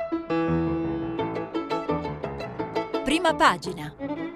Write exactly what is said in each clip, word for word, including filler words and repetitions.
Prima pagina.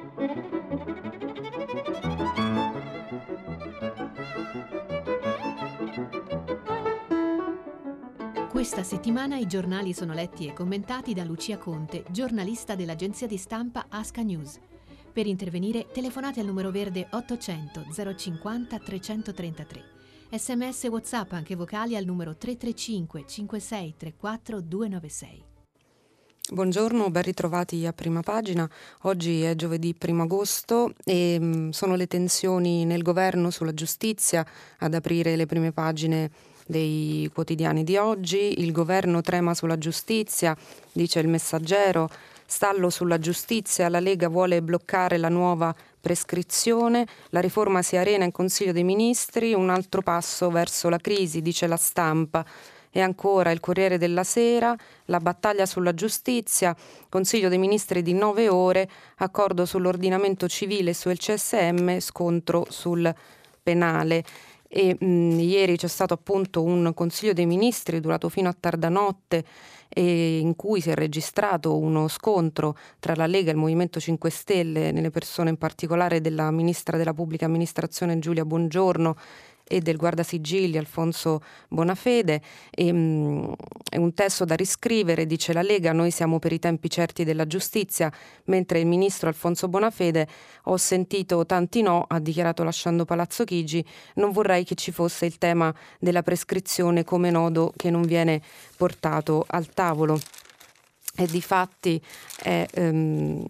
Questa settimana i giornali sono letti e commentati da Lucia Conte, giornalista dell'agenzia di stampa Asca News. Per intervenire telefonate al numero verde ottocento zero cinquanta trecentotrentatré. Sms e WhatsApp anche vocali al numero tre tre cinque cinque sei tre quattro due nove sei. Buongiorno, ben ritrovati a Prima Pagina. Oggi è giovedì primo agosto e mh, sono le tensioni nel governo sulla giustizia ad aprire le prime pagine dei quotidiani di oggi. Il governo trema sulla giustizia, dice il Messaggero. Stallo sulla giustizia, la Lega vuole bloccare la nuova prescrizione, la riforma si arena in Consiglio dei Ministri, un altro passo verso la crisi, dice La Stampa. E ancora il Corriere della Sera, la battaglia sulla giustizia, Consiglio dei Ministri di nove ore, accordo sull'ordinamento civile e sul C S M, scontro sul penale. E mh, ieri c'è stato appunto un Consiglio dei Ministri durato fino a tarda notte e in cui si è registrato uno scontro tra la Lega e il Movimento cinque Stelle, nelle persone in particolare della Ministra della Pubblica Amministrazione Giulia Bongiorno e del Guardasigilli Alfonso Bonafede. E, mh, è un testo da riscrivere, dice la Lega, noi siamo per i tempi certi della giustizia, mentre il ministro Alfonso Bonafede, ho sentito tanti no, ha dichiarato lasciando Palazzo Chigi, non vorrei che ci fosse il tema della prescrizione come nodo che non viene portato al tavolo. E difatti è... Um,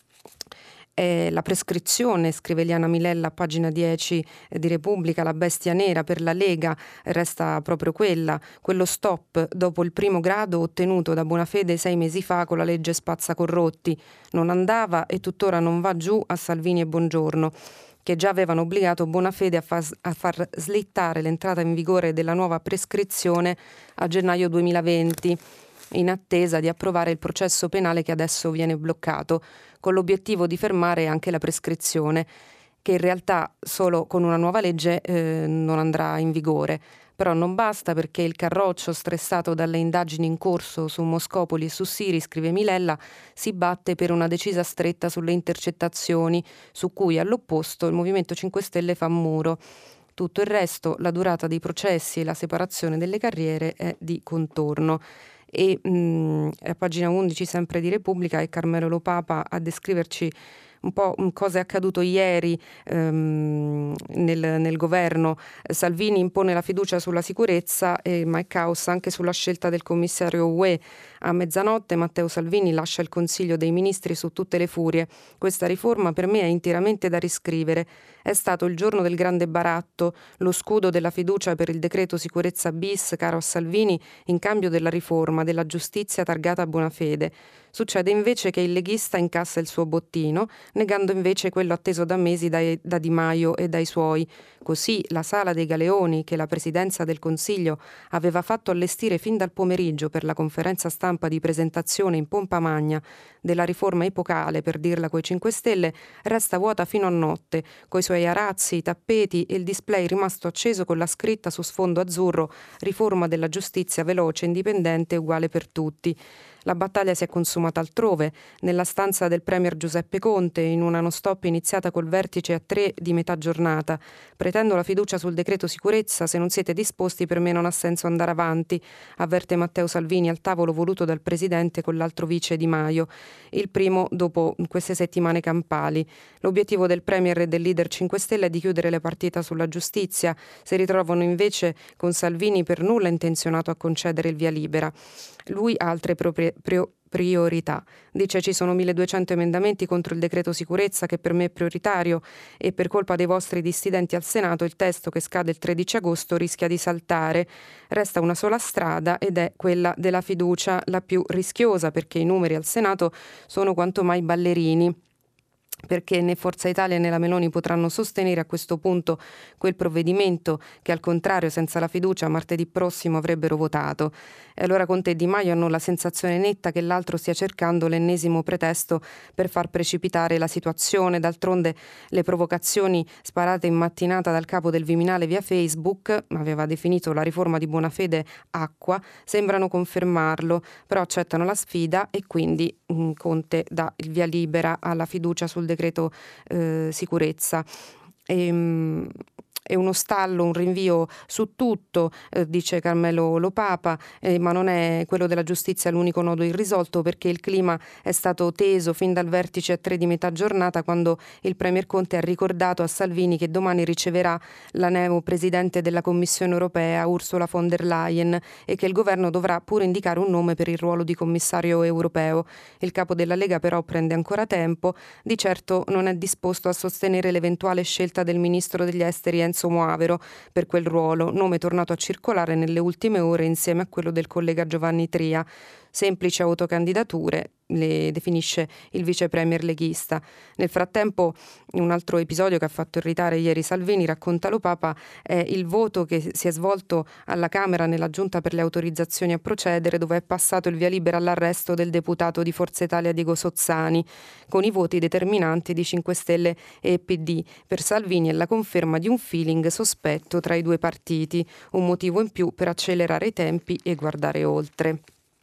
Eh, la prescrizione, scrive Eliana Milella a pagina dieci eh, di Repubblica, la bestia nera per la Lega resta proprio quella, quello stop dopo il primo grado ottenuto da Bonafede sei mesi fa con la legge Spazza Corrotti. Non andava e tuttora non va giù a Salvini e Bongiorno, che già avevano obbligato Bonafede a far, a far slittare l'entrata in vigore della nuova prescrizione a gennaio duemilaventi, in attesa di approvare il processo penale che adesso viene bloccato, con l'obiettivo di fermare anche la prescrizione, che in realtà solo con una nuova legge eh, non andrà in vigore. Però non basta, perché il Carroccio, stressato dalle indagini in corso su Moscopoli e su Siri, scrive Milella, si batte per una decisa stretta sulle intercettazioni, su cui all'opposto il Movimento cinque Stelle fa muro. Tutto il resto, la durata dei processi e la separazione delle carriere, è di contorno. E mh, a pagina undici sempre di Repubblica è Carmelo Lopapa a descriverci un po' cosa è accaduto ieri ehm, nel, nel governo. Salvini impone la fiducia sulla sicurezza, eh, ma è caos anche sulla scelta del commissario U E. A mezzanotte Matteo Salvini lascia il Consiglio dei Ministri su tutte le furie. Questa riforma per me è interamente da riscrivere. È stato il giorno del grande baratto, lo scudo della fiducia per il decreto sicurezza bis caro a Salvini in cambio della riforma della giustizia targata a Bonafede. Succede invece che il leghista incassa il suo bottino, negando invece quello atteso da mesi dai, da Di Maio e dai suoi. Così la Sala dei Galeoni, che la Presidenza del Consiglio aveva fatto allestire fin dal pomeriggio per la conferenza stampa di presentazione in pompa magna della riforma epocale, per dirla coi cinque Stelle, resta vuota fino a notte, coi suoi arazzi, i tappeti e il display rimasto acceso con la scritta su sfondo azzurro «Riforma della giustizia veloce, indipendente e uguale per tutti». La battaglia si è consumata altrove, nella stanza del premier Giuseppe Conte, in una non-stop iniziata col vertice a tre di metà giornata. Pretendo la fiducia sul decreto sicurezza, se non siete disposti per me non ha senso andare avanti, avverte Matteo Salvini al tavolo voluto dal presidente con l'altro vice Di Maio, il primo dopo queste settimane campali. L'obiettivo del premier e del leader cinque Stelle è di chiudere le partite sulla giustizia, si ritrovano invece con Salvini per nulla intenzionato a concedere il via libera. Lui ha altre proprie priorità. Dice ci sono milleduecento emendamenti contro il decreto sicurezza che per me è prioritario e per colpa dei vostri dissidenti al Senato il testo che scade il tredici agosto rischia di saltare. Resta una sola strada ed è quella della fiducia, la più rischiosa perché i numeri al Senato sono quanto mai ballerini. perché né Forza Italia né la Meloni potranno sostenere a questo punto quel provvedimento che al contrario senza la fiducia martedì prossimo avrebbero votato. E allora Conte e Di Maio hanno la sensazione netta che l'altro stia cercando l'ennesimo pretesto per far precipitare la situazione. D'altronde le provocazioni sparate in mattinata dal capo del Viminale via Facebook, aveva definito la riforma di buona fede acqua, sembrano confermarlo, però accettano la sfida e quindi mh, Conte dà il via libera alla fiducia sul decreto eh, sicurezza. E, mh, è uno stallo, un rinvio su tutto, eh, dice Carmelo Lopapa, eh, ma non è quello della giustizia l'unico nodo irrisolto, perché il clima è stato teso fin dal vertice a tre di metà giornata, quando il Premier Conte ha ricordato a Salvini che domani riceverà la neo presidente della Commissione europea, Ursula von der Leyen, e che il governo dovrà pure indicare un nome per il ruolo di commissario europeo. Il capo della Lega però prende ancora tempo, di certo non è disposto a sostenere l'eventuale scelta del ministro degli esteri Enzo Moavero per quel ruolo, nome tornato a circolare nelle ultime ore insieme a quello del collega Giovanni Tria. Semplici autocandidature, le definisce il vice premier leghista. Nel frattempo, un altro episodio che ha fatto irritare ieri Salvini, racconta Lopapa, è il voto che si è svolto alla Camera nella giunta per le autorizzazioni a procedere, dove è passato il via libera all'arresto del deputato di Forza Italia Diego Sozzani, con i voti determinanti di cinque Stelle e P D. Per Salvini è la conferma di un feeling sospetto tra i due partiti, un motivo in più per accelerare i tempi e guardare oltre.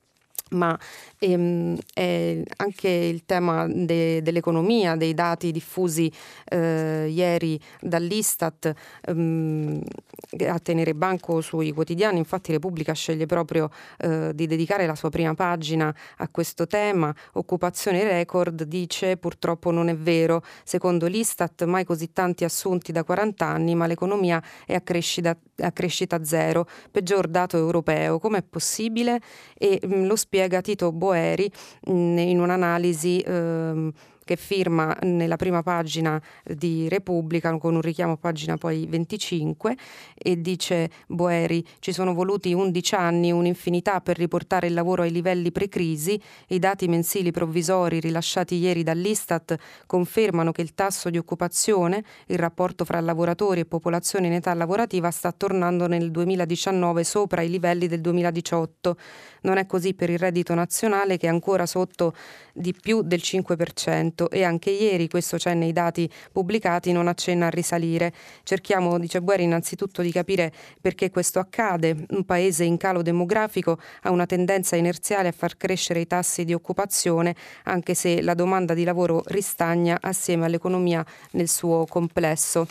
Ma ehm, è anche il tema de, dell'economia, dei dati diffusi eh, ieri dall'Istat ehm, a tenere banco sui quotidiani. Infatti Repubblica sceglie proprio eh, di dedicare la sua prima pagina a questo tema. Occupazione record, dice, purtroppo non è vero. Secondo l'Istat mai così tanti assunti da quaranta anni, ma l'economia è a crescita, a crescita zero, peggior dato europeo. Com'è possibile? E mh, lo spiega Tito Boeri mh, in un'analisi ehm, che firma nella prima pagina di Repubblica con un richiamo a pagina poi venticinque, e dice Boeri: ci sono voluti undici anni, un'infinità per riportare il lavoro ai livelli pre-crisi. I dati mensili provvisori rilasciati ieri dall'Istat confermano che il tasso di occupazione, il rapporto fra lavoratori e popolazione in età lavorativa, sta tornando nel duemiladiciannove sopra i livelli del duemiladiciotto. Non è così per il reddito nazionale, che è ancora sotto di più del cinque per cento, e anche ieri, questo c'è nei dati pubblicati, non accenna a risalire. Cerchiamo, dice Boeri, innanzitutto di capire perché questo accade. Un paese in calo demografico ha una tendenza inerziale a far crescere i tassi di occupazione, anche se la domanda di lavoro ristagna assieme all'economia nel suo complesso.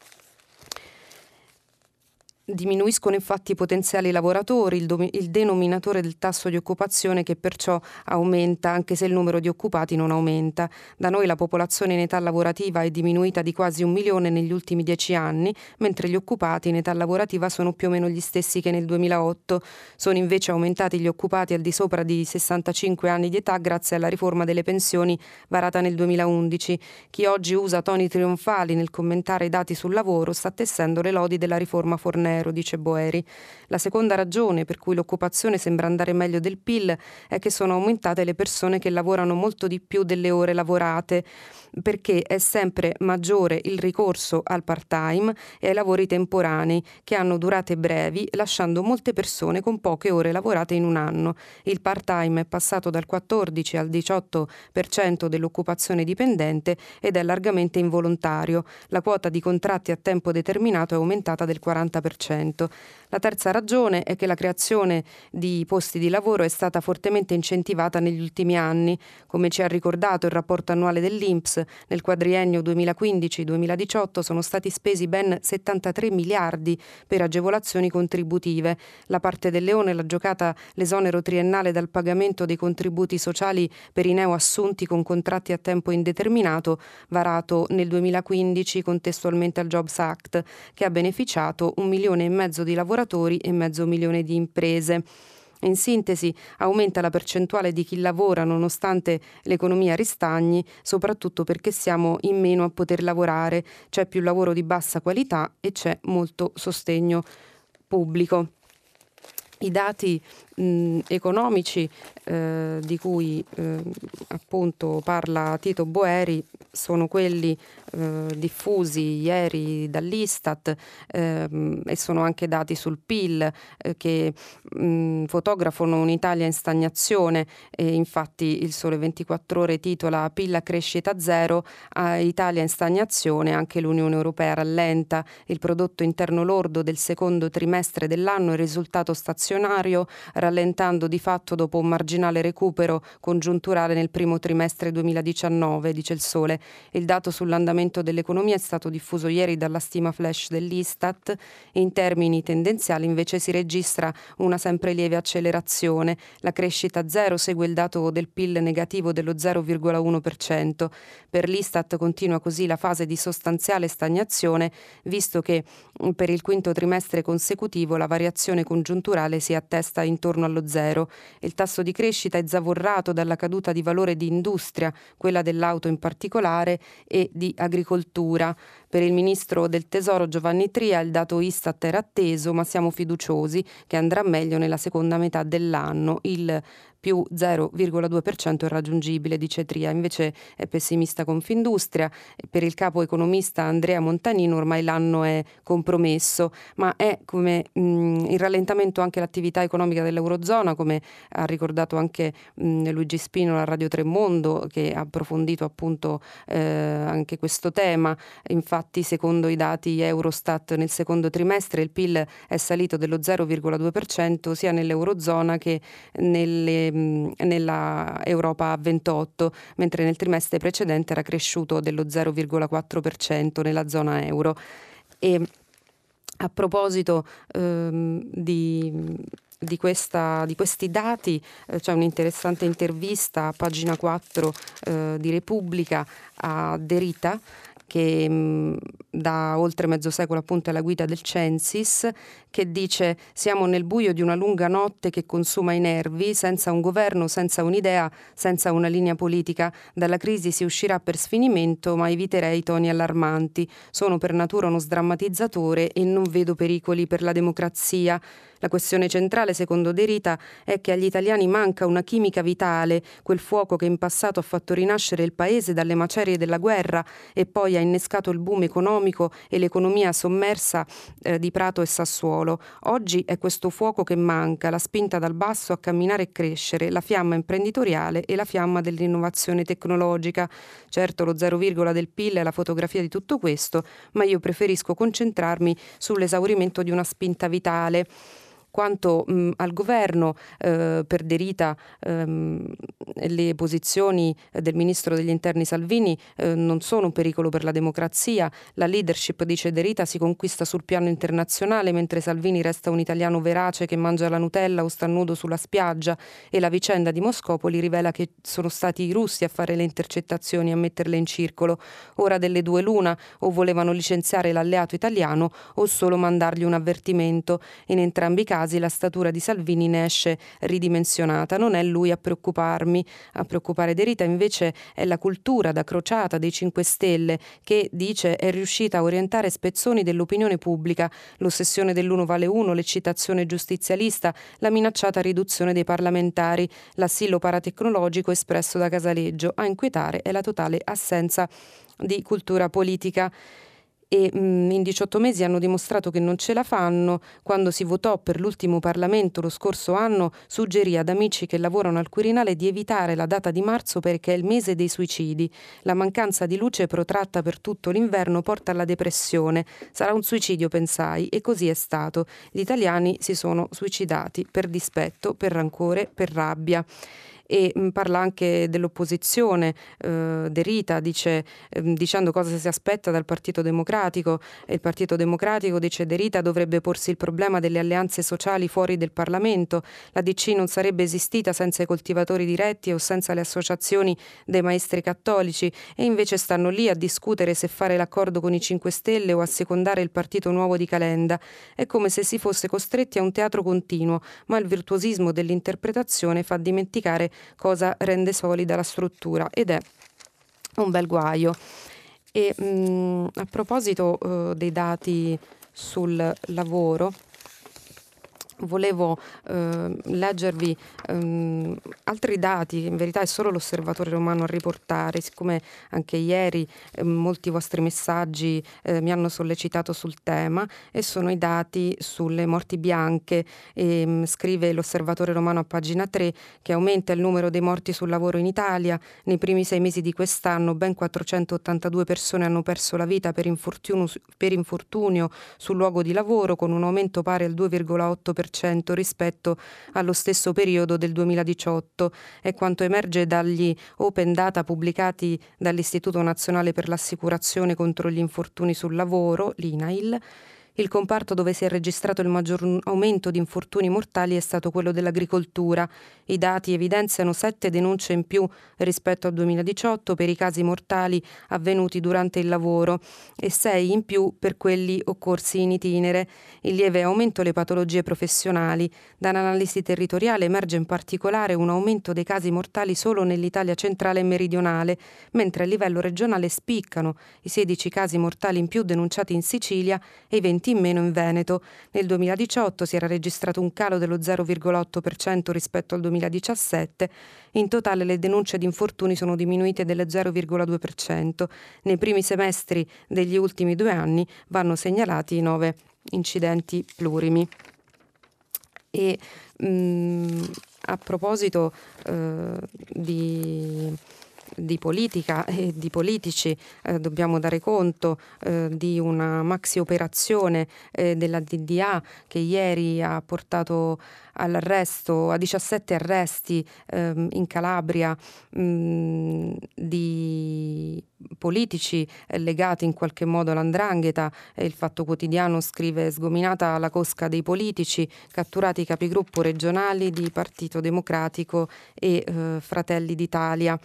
Diminuiscono infatti i potenziali lavoratori, il, domi- il denominatore del tasso di occupazione, che perciò aumenta anche se il numero di occupati non aumenta. Da noi la popolazione in età lavorativa è diminuita di quasi un milione negli ultimi dieci anni, mentre gli occupati in età lavorativa sono più o meno gli stessi che nel duemilaotto. Sono invece aumentati gli occupati al di sopra di sessantacinque anni di età grazie alla riforma delle pensioni varata nel duemilaundici. Chi oggi usa toni trionfali nel commentare i dati sul lavoro sta tessendo le lodi della riforma Fornero, dice Boeri. La seconda ragione per cui l'occupazione sembra andare meglio del P I L è che sono aumentate le persone che lavorano molto di più delle ore lavorate, perché è sempre maggiore il ricorso al part-time e ai lavori temporanei, che hanno durate brevi, lasciando molte persone con poche ore lavorate in un anno. Il part-time è passato dal quattordici al diciotto per cento dell'occupazione dipendente ed è largamente involontario. La quota di contratti a tempo determinato è aumentata del quaranta per cento. La terza ragione è che la creazione di posti di lavoro è stata fortemente incentivata negli ultimi anni. Come ci ha ricordato il rapporto annuale dell'I N P S, nel quadriennio duemilaquindici duemiladiciotto sono stati spesi ben settantatré miliardi per agevolazioni contributive. La parte del leone l'ha giocata l'esonero triennale dal pagamento dei contributi sociali per i neoassunti con contratti a tempo indeterminato, varato nel duemilaquindici contestualmente al Jobs Act, che ha beneficiato un milione e mezzo di lavoratori e mezzo milione di imprese. In sintesi, aumenta la percentuale di chi lavora nonostante l'economia ristagni, soprattutto perché siamo in meno a poter lavorare, c'è più lavoro di bassa qualità e c'è molto sostegno pubblico. I dati mh, economici eh, di cui eh, appunto parla Tito Boeri sono quelli eh, diffusi ieri dall'Istat ehm, e sono anche dati sul P I L eh, che mh, fotografano un'Italia in stagnazione e infatti il Sole ventiquattro Ore titola P I L a crescita zero, a Italia in stagnazione, anche l'Unione Europea rallenta, il prodotto interno lordo del secondo trimestre dell'anno è risultato stazionario, rallentando di fatto dopo un marginale recupero congiunturale nel primo trimestre duemiladiciannove, dice il Sole. Il dato sull'andamento dell'economia è stato diffuso ieri dalla stima flash dell'Istat. In termini tendenziali invece si registra una sempre lieve accelerazione. La crescita zero segue il dato del P I L negativo dello zero virgola uno per cento. Per l'Istat continua così la fase di sostanziale stagnazione, visto che per il quinto trimestre consecutivo la variazione congiunturale si attesta intorno allo zero. Il tasso di crescita è zavorrato dalla caduta di valore di industria, quella dell'auto in particolare, e di agricoltura. Per il ministro del Tesoro Giovanni Tria il dato Istat era atteso, ma siamo fiduciosi che andrà meglio nella seconda metà dell'anno. Il più zero virgola due per cento è raggiungibile, dice Tria. Invece è pessimista Confindustria. Per il capo economista Andrea Montanino ormai l'anno è compromesso, ma è come mh, il rallentamento anche l'attività economica dell'Eurozona, come ha ricordato anche mh, Luigi Spinola a Radio Tremondo, che ha approfondito appunto eh, anche questo tema. Infatti, secondo i dati Eurostat, nel secondo trimestre il P I L è salito dello zero virgola due per cento sia nell'Eurozona che nelle nella Europa a ventotto, mentre nel trimestre precedente era cresciuto dello zero virgola quattro per cento nella zona euro. E a proposito ehm, di Di, questa, di questi dati eh, c'è un'interessante intervista a pagina quattro eh, di Repubblica a De Rita, che mh, da oltre mezzo secolo appunto è la guida del Censis, che dice: siamo nel buio di una lunga notte che consuma i nervi, senza un governo, senza un'idea, senza una linea politica. Dalla crisi si uscirà per sfinimento, ma eviterei toni allarmanti. Sono per natura uno sdrammatizzatore e non vedo pericoli per la democrazia. La questione centrale, secondo De Rita, è che agli italiani manca una chimica vitale, quel fuoco che in passato ha fatto rinascere il paese dalle macerie della guerra e poi ha innescato il boom economico e l'economia sommersa eh, di Prato e Sassuolo. Oggi è questo fuoco che manca, la spinta dal basso a camminare e crescere, la fiamma imprenditoriale e la fiamma dell'innovazione tecnologica. Certo, lo zero virgola del P I L è la fotografia di tutto questo, ma io preferisco concentrarmi sull'esaurimento di una spinta vitale. Quanto mh, al governo, eh, per De Rita ehm, le posizioni del ministro degli interni Salvini eh, non sono un pericolo per la democrazia. La leadership, dice De Rita, si conquista sul piano internazionale, mentre Salvini resta un italiano verace che mangia la Nutella o sta nudo sulla spiaggia, e la vicenda di Moscopoli rivela che sono stati i russi a fare le intercettazioni, a metterle in circolo. Ora delle due l'una: o volevano licenziare l'alleato italiano o solo mandargli un avvertimento. In entrambi i casi la statura di Salvini ne esce ridimensionata. Non è lui a preoccuparmi. A preoccupare De Rita invece è la cultura da crociata dei cinque Stelle, che, dice, è riuscita a orientare spezzoni dell'opinione pubblica: l'ossessione dell'uno vale uno, l'eccitazione giustizialista, la minacciata riduzione dei parlamentari, l'assillo paratecnologico espresso da Casaleggio. A inquietare è la totale assenza di cultura politica. E mh, in diciotto mesi hanno dimostrato che non ce la fanno. Quando si votò per l'ultimo Parlamento lo scorso anno, suggerì ad amici che lavorano al Quirinale di evitare la data di marzo perché è il mese dei suicidi. La mancanza di luce protratta per tutto l'inverno porta alla depressione. Sarà un suicidio, pensai, e così è stato. Gli italiani si sono suicidati per dispetto, per rancore, per rabbia. E mh, parla anche dell'opposizione. eh, De Rita dice, eh, dicendo cosa si aspetta dal Partito Democratico. Il Partito Democratico, dice De Rita, dovrebbe porsi il problema delle alleanze sociali fuori del Parlamento. La D C non sarebbe esistita senza i coltivatori diretti o senza le associazioni dei maestri cattolici, e invece stanno lì a discutere se fare l'accordo con i cinque Stelle o a secondare il partito nuovo di Calenda. È come se si fosse costretti a un teatro continuo, ma il virtuosismo dell'interpretazione fa dimenticare cosa rende solida la struttura, ed è un bel guaio. E mh, a proposito uh, dei dati sul lavoro, Volevo eh, leggervi ehm, altri dati, in verità è solo l'Osservatore Romano a riportare, siccome anche ieri eh, molti vostri messaggi eh, mi hanno sollecitato sul tema, e sono i dati sulle morti bianche. E, mh, scrive l'Osservatore Romano a pagina tre che aumenta il numero dei morti sul lavoro in Italia. Nei primi sei mesi di quest'anno ben quattrocentottantadue persone hanno perso la vita per infortunio, per infortunio sul luogo di lavoro, con un aumento pari al due virgola otto per cento rispetto allo stesso periodo del duemiladiciotto. È quanto emerge dagli open data pubblicati dall'Istituto Nazionale per l'Assicurazione contro gli infortuni sul lavoro, l'I N A I L. Il comparto dove si è registrato il maggior aumento di infortuni mortali è stato quello dell'agricoltura. I dati evidenziano sette denunce in più rispetto al duemiladiciotto per i casi mortali avvenuti durante il lavoro e sei in più per quelli occorsi in itinere. Il lieve aumento le patologie professionali. Dall'analisi territoriale emerge in particolare un aumento dei casi mortali solo nell'Italia centrale e meridionale, mentre a livello regionale spiccano i sedici casi mortali in più denunciati in Sicilia e i venti in meno in Veneto. Nel duemiladiciotto si era registrato un calo dello zero virgola otto per cento rispetto al duemiladiciassette. In totale le denunce di infortuni sono diminuite dello zero virgola due per cento. Nei primi semestri degli ultimi due anni vanno segnalati nove incidenti plurimi. E mh, a proposito eh, di di politica e di politici, eh, dobbiamo dare conto eh, di una maxi operazione eh, della D D A che ieri ha portato all'arresto, a diciassette arresti ehm, in Calabria mh, di politici eh, legati in qualche modo all'Andrangheta. Eh, il Fatto Quotidiano scrive: sgominata la cosca dei politici, catturati i capigruppo regionali di Partito Democratico e eh, Fratelli d'Italia.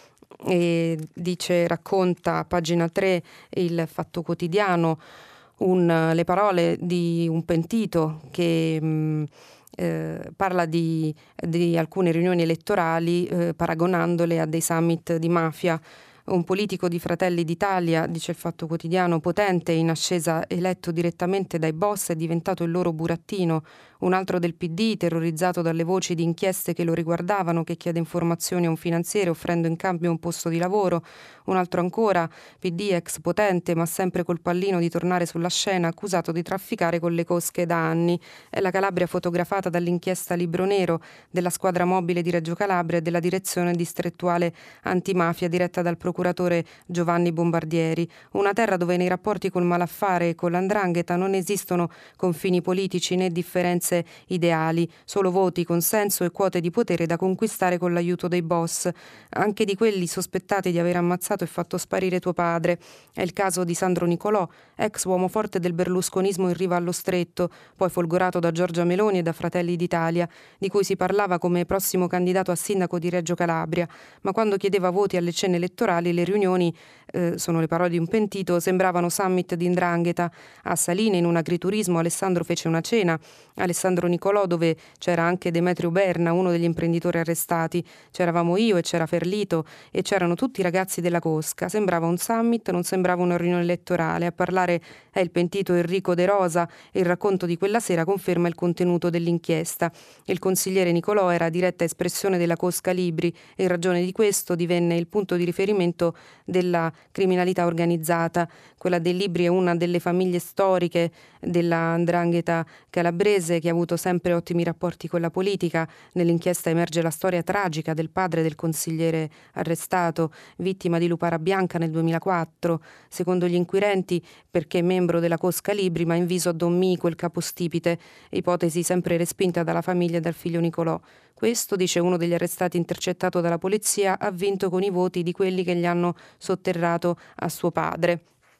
E dice, racconta a pagina tre il Fatto Quotidiano un, le parole di un pentito che mh, eh, parla di, di alcune riunioni elettorali eh, paragonandole a dei summit di mafia. Un politico di Fratelli d'Italia, dice il Fatto Quotidiano, potente in ascesa, eletto direttamente dai boss, è diventato il loro burattino. Un altro del P D, terrorizzato dalle voci di inchieste che lo riguardavano, che chiede informazioni a un finanziere offrendo in cambio un posto di lavoro. Un altro ancora, P D ex potente ma sempre col pallino di tornare sulla scena, accusato di trafficare con le cosche da anni. È la Calabria fotografata dall'inchiesta Libro Nero della squadra mobile di Reggio Calabria e della direzione distrettuale antimafia diretta dal procuratore Giovanni Bombardieri. Una terra dove nei rapporti col malaffare e con l'andrangheta non esistono confini politici né differenze ideali, solo voti, consenso e quote di potere da conquistare con l'aiuto dei boss, anche di quelli sospettati di aver ammazzato e fatto sparire tuo padre. È il caso di Sandro Nicolò, ex uomo forte del berlusconismo in riva allo Stretto, poi folgorato da Giorgia Meloni e da Fratelli d'Italia, di cui si parlava come prossimo candidato a sindaco di Reggio Calabria, ma quando chiedeva voti alle cene elettorali le riunioni, eh, sono le parole di un pentito, sembravano summit di 'ndrangheta. A Saline, in un agriturismo, Alessandro fece una cena, Alessandro Nicolò, dove c'era anche Demetrio Berna, uno degli imprenditori arrestati. C'eravamo io e c'era Ferlito e c'erano tutti i ragazzi della cosca. Sembrava un summit, non sembrava una riunione elettorale. A parlare è il pentito Enrico De Rosa e il racconto di quella sera conferma il contenuto dell'inchiesta. Il consigliere Nicolò era diretta espressione della cosca Libri e in ragione di questo divenne il punto di riferimento della criminalità organizzata. Quella dei Libri è una delle famiglie storiche della 'ndrangheta calabrese, che ha avuto sempre ottimi rapporti con la politica. Nell'inchiesta emerge la storia tragica del padre del consigliere arrestato, vittima di lupara bianca nel duemilaquattro, secondo gli inquirenti perché membro della cosca Libri ma inviso a Don Mico, il capostipite, ipotesi sempre respinta dalla famiglia e dal figlio Nicolò. Questo, dice uno degli arrestati intercettato dalla polizia, ha vinto con i voti di quelli che gli hanno sotterrato a suo padre.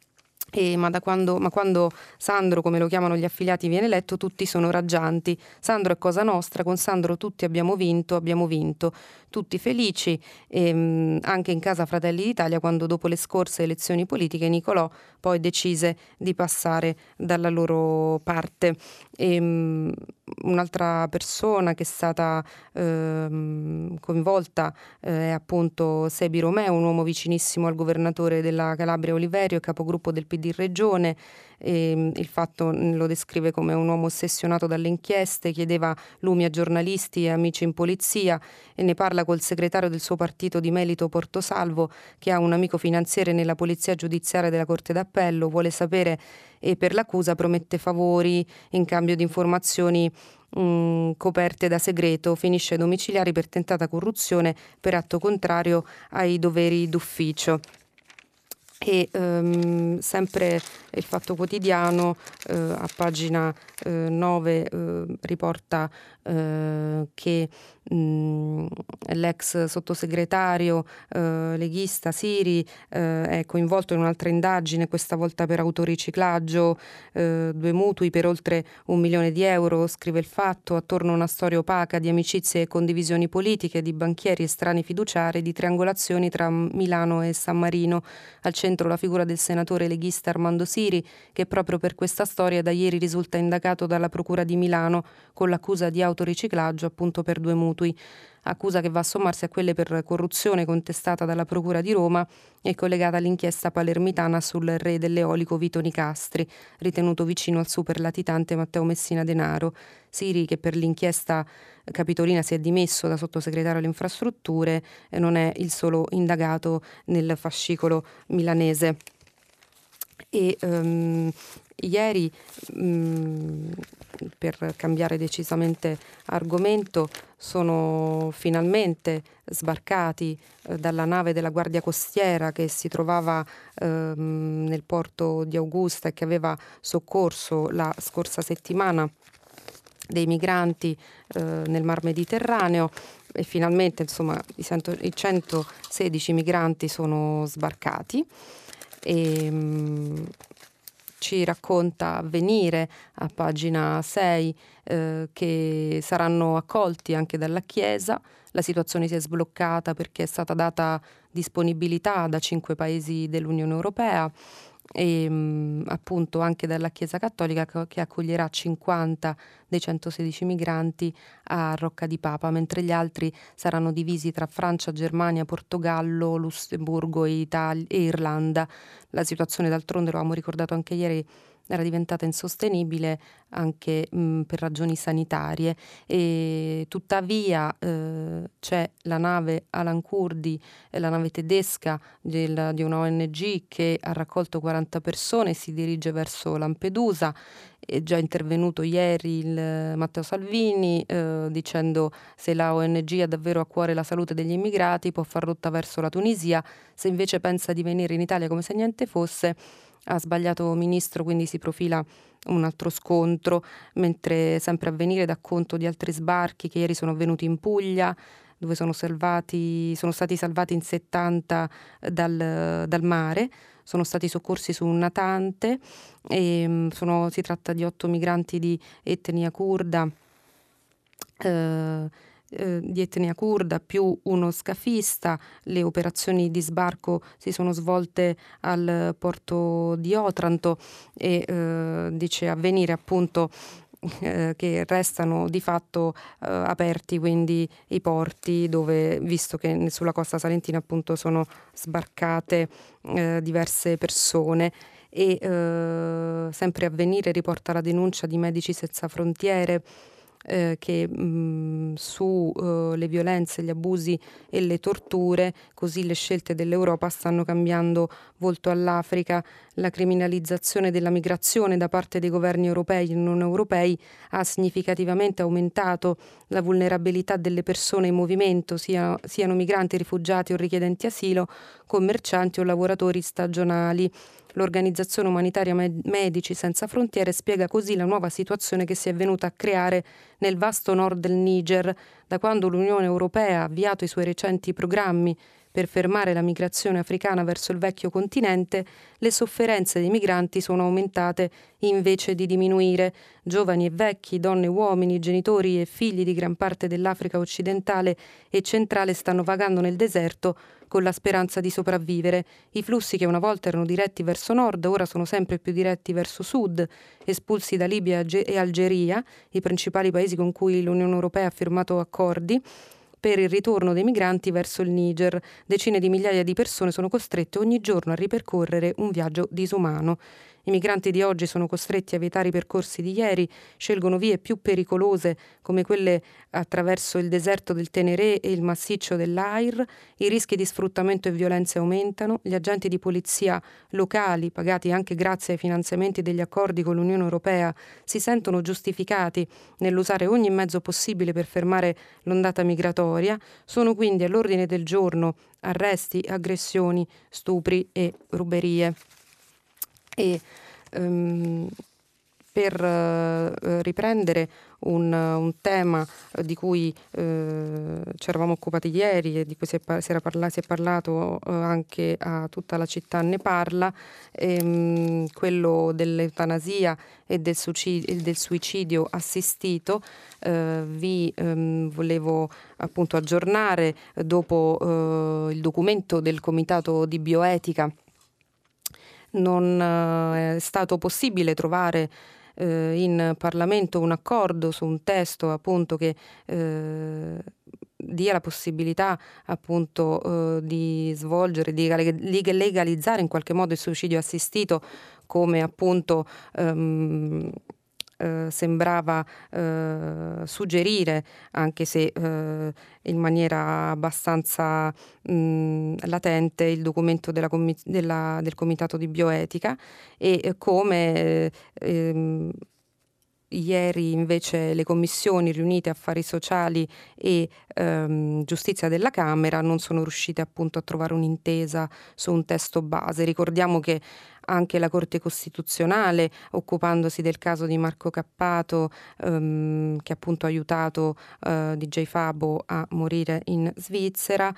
E, ma, da quando, ma quando Sandro, come lo chiamano gli affiliati, viene eletto, tutti sono raggianti. Sandro è cosa nostra, con Sandro tutti abbiamo vinto, abbiamo vinto, tutti felici, e, mh, anche in casa Fratelli d'Italia, quando dopo le scorse elezioni politiche Nicolò poi decise di passare dalla loro parte. E, mh, un'altra persona che è stata ehm, coinvolta eh, è appunto Sebi Romeo, un uomo vicinissimo al governatore della Calabria Oliverio e capogruppo del P D di regione. E il fatto lo descrive come un uomo ossessionato dalle inchieste, chiedeva lumi a giornalisti e amici in polizia e ne parla col segretario del suo partito di Melito Portosalvo, che ha un amico finanziere nella polizia giudiziaria della Corte d'Appello, vuole sapere e per l'accusa promette favori in cambio di informazioni mh, coperte da segreto, finisce ai domiciliari per tentata corruzione per atto contrario ai doveri d'ufficio. E um, sempre il Fatto Quotidiano uh, a pagina uh, nove uh, riporta uh, che mh, l'ex sottosegretario uh, leghista Siri uh, è coinvolto in un'altra indagine, questa volta per autoriciclaggio, uh, due mutui per oltre un milione di euro, scrive il Fatto, attorno a una storia opaca di amicizie e condivisioni politiche, di banchieri e strani fiduciari, di triangolazioni tra Milano e San Marino. Al centro la figura del senatore leghista Armando Siri, che proprio per questa storia da ieri risulta indagato dalla Procura di Milano con l'accusa di autoriciclaggio appunto per due mutui, accusa che va a sommarsi a quelle per corruzione contestata dalla Procura di Roma e collegata all'inchiesta palermitana sul re dell'eolico Vito Nicastri, ritenuto vicino al super latitante Matteo Messina Denaro. Siri, che per l'inchiesta capitolina si è dimesso da sottosegretario alle infrastrutture, e non è il solo indagato nel fascicolo milanese. E um, ieri, um, per cambiare decisamente argomento, sono finalmente sbarcati eh, dalla nave della Guardia Costiera che si trovava ehm, nel porto di Augusta e che aveva soccorso la scorsa settimana dei migranti eh, nel Mar Mediterraneo, e finalmente insomma i, cento, i centosedici migranti sono sbarcati. E, mh, ci racconta Avvenire a pagina sei eh, che saranno accolti anche dalla Chiesa. La situazione si è sbloccata perché è stata data disponibilità da cinque paesi dell'Unione Europea e mh, appunto anche dalla Chiesa Cattolica, che accoglierà cinquanta dei centosedici migranti a Rocca di Papa, mentre gli altri saranno divisi tra Francia, Germania, Portogallo, Lussemburgo e, Italia, e Irlanda. La situazione, d'altronde, lo abbiamo ricordato anche ieri, era diventata insostenibile anche mh, per ragioni sanitarie, e tuttavia eh, c'è la nave Alan Kurdi, la nave tedesca del, di una O N G che ha raccolto quaranta persone e si dirige verso Lampedusa. È già intervenuto ieri il Matteo Salvini eh, dicendo: se la O N G ha davvero a cuore la salute degli immigrati può far rotta verso la Tunisia, se invece pensa di venire in Italia come se niente fosse ha sbagliato ministro. Quindi si profila un altro scontro, mentre sempre Avvenire dà conto di altri sbarchi che ieri sono avvenuti in Puglia, dove sono salvati, sono stati salvati in settanta dal, dal mare, sono stati soccorsi su un natante e sono, si tratta di otto migranti di etnia curda, eh, eh, di etnia curda più uno scafista. Le operazioni di sbarco si sono svolte al porto di Otranto e eh, dice Avvenire appunto Eh, che restano di fatto eh, aperti quindi i porti, dove, visto che sulla costa salentina appunto sono sbarcate eh, diverse persone. E eh, sempre Avvenire riporta la denuncia di Medici Senza Frontiere eh, che mh, su eh, le violenze, gli abusi e le torture, così le scelte dell'Europa stanno cambiando volto all'Africa. La criminalizzazione della migrazione da parte dei governi europei e non europei ha significativamente aumentato la vulnerabilità delle persone in movimento, sia, siano migranti, rifugiati o richiedenti asilo, commercianti o lavoratori stagionali. L'organizzazione umanitaria Medici Senza Frontiere spiega così la nuova situazione che si è venuta a creare nel vasto nord del Niger, da quando l'Unione Europea ha avviato i suoi recenti programmi per fermare la migrazione africana verso il vecchio continente. Le sofferenze dei migranti sono aumentate invece di diminuire. Giovani e vecchi, donne e uomini, genitori e figli di gran parte dell'Africa occidentale e centrale stanno vagando nel deserto con la speranza di sopravvivere. I flussi che una volta erano diretti verso nord ora sono sempre più diretti verso sud. Espulsi da Libia e Algeria, i principali paesi con cui l'Unione Europea ha firmato accordi, per il ritorno dei migranti verso il Niger. Decine di migliaia di persone sono costrette ogni giorno a ripercorrere un viaggio disumano. I migranti di oggi sono costretti a evitare i percorsi di ieri, scelgono vie più pericolose come quelle attraverso il deserto del Teneré e il massiccio dell'Air. I rischi di sfruttamento e violenze aumentano. Gli agenti di polizia locali, pagati anche grazie ai finanziamenti degli accordi con l'Unione Europea, si sentono giustificati nell'usare ogni mezzo possibile per fermare l'ondata migratoria. Sono quindi all'ordine del giorno arresti, aggressioni, stupri e ruberie. E um, per uh, riprendere un, un tema di cui uh, ci eravamo occupati ieri e di cui si è, si era parla, si è parlato uh, anche a Tutta la città ne parla, ehm, quello dell'eutanasia e del suicidio, del suicidio assistito. Uh, vi um, volevo appunto aggiornare dopo uh, il documento del Comitato di Bioetica. Non uh, è stato possibile trovare eh, in Parlamento un accordo su un testo appunto che eh, dia la possibilità appunto eh, di svolgere, di legalizzare in qualche modo il suicidio assistito come appunto ehm, eh, sembrava eh, suggerire, anche se eh, in maniera abbastanza mh, latente, il documento della commi- della, del Comitato di Bioetica, e eh, come eh, ehm, ieri invece le commissioni riunite Affari Sociali e ehm, Giustizia della Camera non sono riuscite appunto a trovare un'intesa su un testo base. Ricordiamo che anche la Corte Costituzionale, occupandosi del caso di Marco Cappato, ehm, che appunto ha aiutato eh, D J Fabo a morire in Svizzera,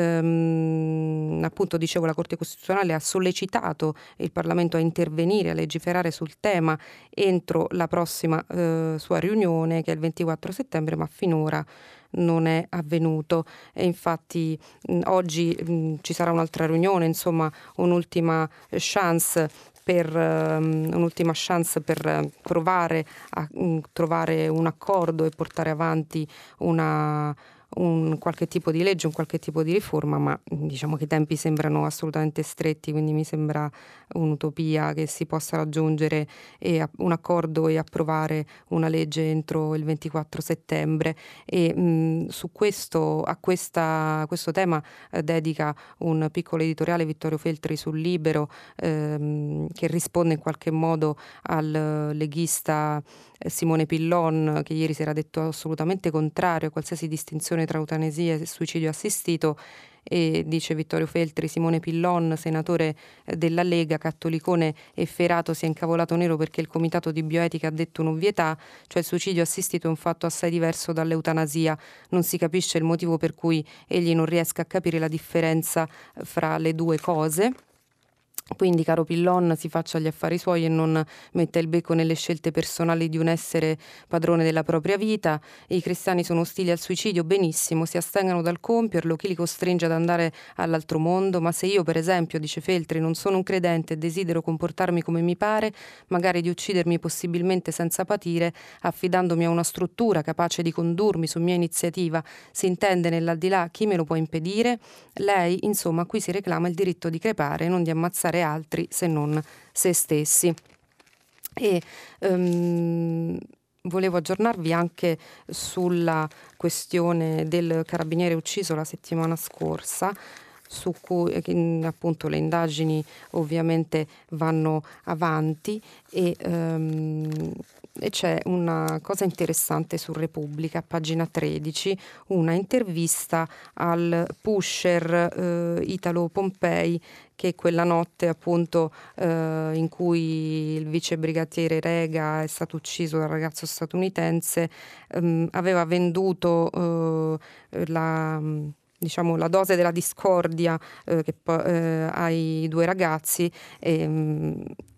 ehm, appunto dicevo la Corte Costituzionale ha sollecitato il Parlamento a intervenire, a legiferare sul tema entro la prossima eh, sua riunione, che è il ventiquattro settembre, ma finora non è avvenuto. E infatti mh, oggi mh, ci sarà un'altra riunione, insomma un'ultima chance per um, un'ultima chance per provare a mh, trovare un accordo e portare avanti una un qualche tipo di legge, un qualche tipo di riforma, ma diciamo che i tempi sembrano assolutamente stretti, quindi mi sembra un'utopia che si possa raggiungere e un accordo e approvare una legge entro il ventiquattro settembre. E mh, su questo, a questa, questo tema eh, dedica un piccolo editoriale Vittorio Feltri sul Libero, ehm, che risponde in qualche modo al leghista Simone Pillon, che ieri si era detto assolutamente contrario a qualsiasi distinzione tra eutanasia e suicidio assistito. E dice Vittorio Feltri: Simone Pillon, senatore della Lega, cattolicone efferato, si è incavolato nero perché il Comitato di Bioetica ha detto un'ovvietà, cioè il suicidio assistito è un fatto assai diverso dall'eutanasia. Non si capisce il motivo per cui egli non riesca a capire la differenza fra le due cose. Quindi, caro Pillon, si faccia gli affari suoi e non metta il becco nelle scelte personali di un essere padrone della propria vita. I cristiani sono ostili al suicidio, benissimo, si astengano dal compierlo, chi li costringe ad andare all'altro mondo? Ma se io, per esempio, dice Feltri, non sono un credente e desidero comportarmi come mi pare, magari di uccidermi possibilmente senza patire, affidandomi a una struttura capace di condurmi su mia iniziativa, si intende nell'aldilà, chi me lo può impedire? Lei, insomma, qui si reclama il diritto di crepare e non di ammazzare altri se non se stessi. E um, volevo aggiornarvi anche sulla questione del carabiniere ucciso la settimana scorsa, su cui appunto le indagini ovviamente vanno avanti e, um, e c'è una cosa interessante su Repubblica, pagina tredici, una intervista al pusher eh, Italo Pompei, che quella notte appunto eh, in cui il vice brigatiere Rega è stato ucciso dal ragazzo statunitense, ehm, aveva venduto eh, la diciamo la dose della discordia eh, che, eh, ai due ragazzi e, mh,